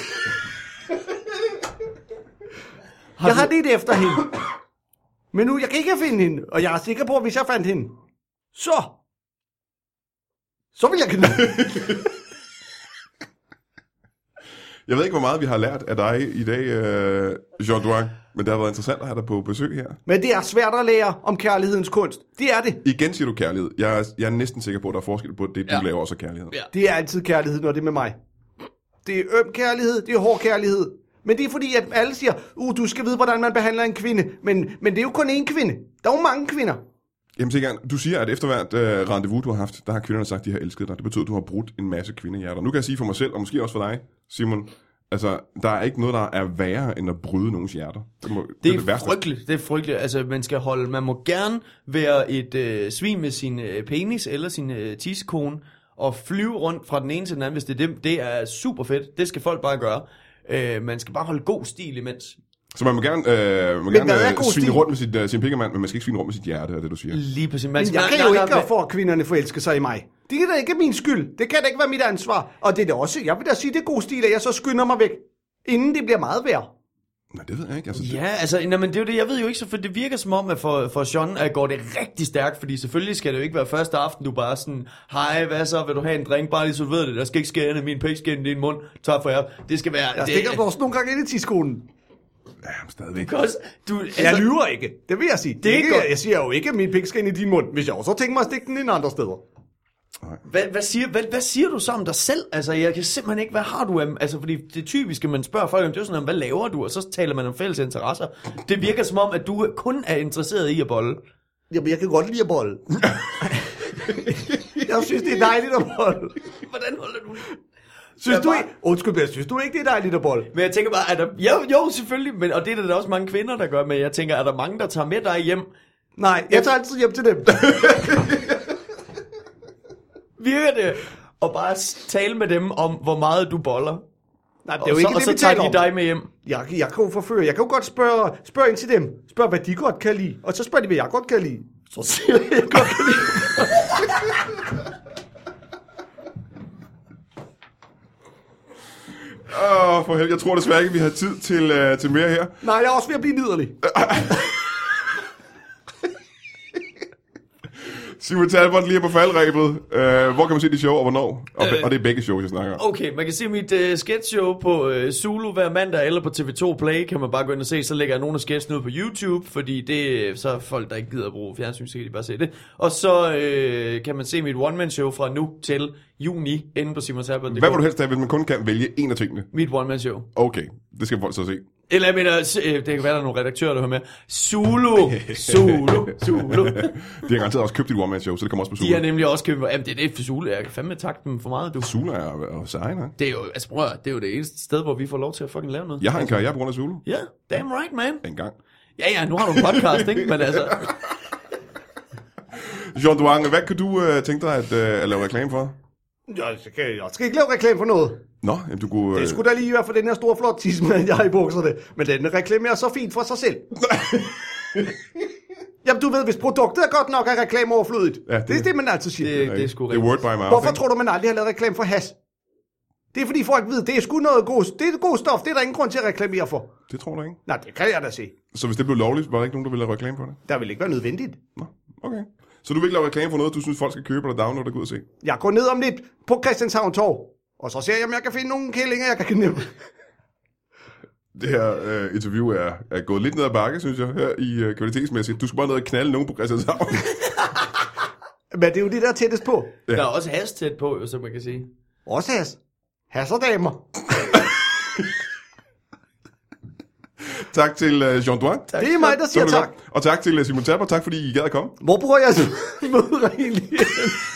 har jeg du... har lidt efter hende. Men nu, jeg kan ikke finde hende. Og jeg er sikker på, at hvis jeg fandt hende, så... Så vil jeg knalde. Jeg ved ikke, hvor meget vi har lært af dig i dag, uh, Jean Duang, men det har været interessant at have dig på besøg her. Men det er svært at lære om kærlighedens kunst. Det er det. Igen siger du kærlighed. Jeg er, jeg er næsten sikker på, at der er forskel på det, du ja. laver også kærlighed. Ja. Det er altid kærlighed, når det er med mig. Det er øm kærlighed, det er hård kærlighed. Men det er fordi, at alle siger, uh, du skal vide, hvordan man behandler en kvinde. Men, men det er jo kun én kvinde. Der er jo mange kvinder. Jamen sikkert, du siger, at efter hvert uh, rendezvous, du har haft, der har kvinderne sagt, at de har elsket dig. Det betyder, at du har brudt en masse kvindehjerter. Nu kan jeg sige for mig selv, og måske også for dig, Simon, altså, der er ikke noget, der er værre, end at bryde nogens hjerter. Det, må, det, det er, det frygteligt, det er frygteligt. Altså, man skal holde, man må gerne være et øh, svin med sin øh, penis eller sin øh, tissekone, og flyve rundt fra den ene til den anden, hvis det er det. Det er super fedt. Det skal folk bare gøre. Øh, man skal bare holde god stil imens. Så man må gerne, øh, må gerne øh, svine rundt med sit, uh, sin pikkemand, men man skal ikke svine rundt med sit hjerte, er det du siger. Lige præcis. Man men jeg kan jo ikke gøre for, at kvinderne forelsker sig i mig. Det er da ikke min skyld. Det kan da ikke være mit ansvar. Og det er da også, jeg vil da sige, det er god stil, at jeg så skynder mig væk, inden det bliver meget værd. Nej, det ved jeg ikke. Altså, ja, altså, nej, men det er jo det, jeg ved jo ikke, så for det virker som om, at for, for Jean at går det rigtig stærkt, fordi selvfølgelig skal det jo ikke være første aften, du bare sådan, hej, hvad så, vil du have en drink, bare lige så du ved det, der skal ikke skære ind i min pikskin i din mund, tak for jer. Det skal være... Jeg stikker også nogle gange ind i tidskolen. Ja, stadigvæk. Because, du, altså, jeg lyver ikke, det vil jeg sige. Det er ikke, jeg, jeg siger jo ikke, at min pikskin i din mund, hvis jeg også tænker mig at stikke den ind andre steder. Hvad, hvad, siger, hvad, hvad siger du så om dig selv? Altså, jeg kan simpelthen ikke, hvad har du af... Altså, fordi det typiske, man spørger folk om, det er sådan, hvad laver du? Og så taler man om fælles interesser. Det virker som om, at du kun er interesseret i at bolle. Jamen, jeg kan godt lide at bolle. Jeg synes, det er dejligt at bolle. Hvordan holder du det? Synes du bare... ikke... Undskyld, jeg synes du ikke, det er dejligt at bolle? Men jeg tænker bare, er der... Jo, jo, selvfølgelig, men... og det er der også mange kvinder, der gør, men jeg tænker, er der mange, der tager med dig hjem? Nej, jeg tager altid hjem til dem. Virker det at bare tale med dem om, hvor meget du boller? Nej, det er jo ikke og det, så, vi og så tager taler de dig med hjem. Jeg, jeg kan jo forføre. Jeg kan jo godt spørge, spørge ind til dem. Spørg, hvad de godt kan lide. Og så spørger de, hvad jeg godt kan lide. Så siger jeg, jeg godt kan lide. Åh, oh, for helvede. Jeg tror desværre ikke, vi har tid til, uh, til mere her. Nej, jeg er også ved at blive liderlig. Simon Talbot lige på faldrebet. Uh, hvor kan man se de show, og hvornår? Og, øh, og det er begge shows, jeg snakker om. Okay, man kan se mit uh, sketchshow på uh, Zulu hver mandag, eller på T V to Play, kan man bare gå ind og se. Så lægger jeg nogle af sketchene ud på YouTube, fordi det så er folk, der ikke gider at bruge fjernsyn, så kan de bare se det. Og så uh, kan man se mit one-man-show fra nu til juni, inde på Simon Talbot. Hvad vil du helst have, hvis man kun kan vælge en af tingene? Mit one-man-show. Okay, det skal folk så se. Eller jeg mener, det kan være, der er nogle redaktører, der hører med. Zulu, Zulu, Zulu. De har garanteret også købt dit one-man-show, så det kommer også på Zulu. De har nemlig også købt, jamen det er det for Zulu, jeg kan fandme takke dem for meget, du. Zulu er og seje, nej? Det er jo, altså prøv at, det er jo det eneste sted, hvor vi får lov til at fucking lave noget. Jeg har en karriere på grund af Zulu. Ja, yeah, damn right, man. En gang. Ja, ja, nu har du en podcast, ikke? Men altså... Jean Duang, hvad kan du uh, tænke dig at, uh, at lave reklame for? Jeg skal, jeg skal ikke lave reklame for noget. Nå, jamen, du kunne... Det skulle da lige være for den her store flot tidsmand, jeg har i bukserne. Men den reklamerer så fint for sig selv. Jamen, du ved, hvis produktet er godt nok, er reklame overflødigt. Ja, det, det er det, man altid siger. Det, det er sgu Det er word by mouth. Hvorfor tror du, man aldrig har lavet reklame for has? Det er fordi folk ved, det er sgu noget god, det er god stof, det er der ingen grund til at reklamere for. Det tror du ikke? Nej, det kan jeg da se. Så hvis det blev lovligt, var der ikke nogen, der ville lave reklame for det? Der vil ikke være nødvendigt. Nå, okay. Så du vil ikke lave reklame for noget, du synes, folk skal købe eller downloade og gå ud og se? Jeg går ned om lidt på Christianshavn Torv, og så ser jeg, om jeg kan finde nogle kællinger, jeg kan knæppe. Det her øh, interview er, er gået lidt ned ad bakke, synes jeg, her i øh, kvalitetsmæssigt. Du skal bare ned og knalde nogen på Christianshavn. Men det er jo det, der er tættest på. Der er også has tæt på, jo, som man kan sige. Også has. Has og damer. Tak til uh, Jean-Douin. Det er mig, der siger tak. Og tak til uh, Simon Tapper. Tak fordi I gad at komme. Hvor bruger jeg så møder egentlig?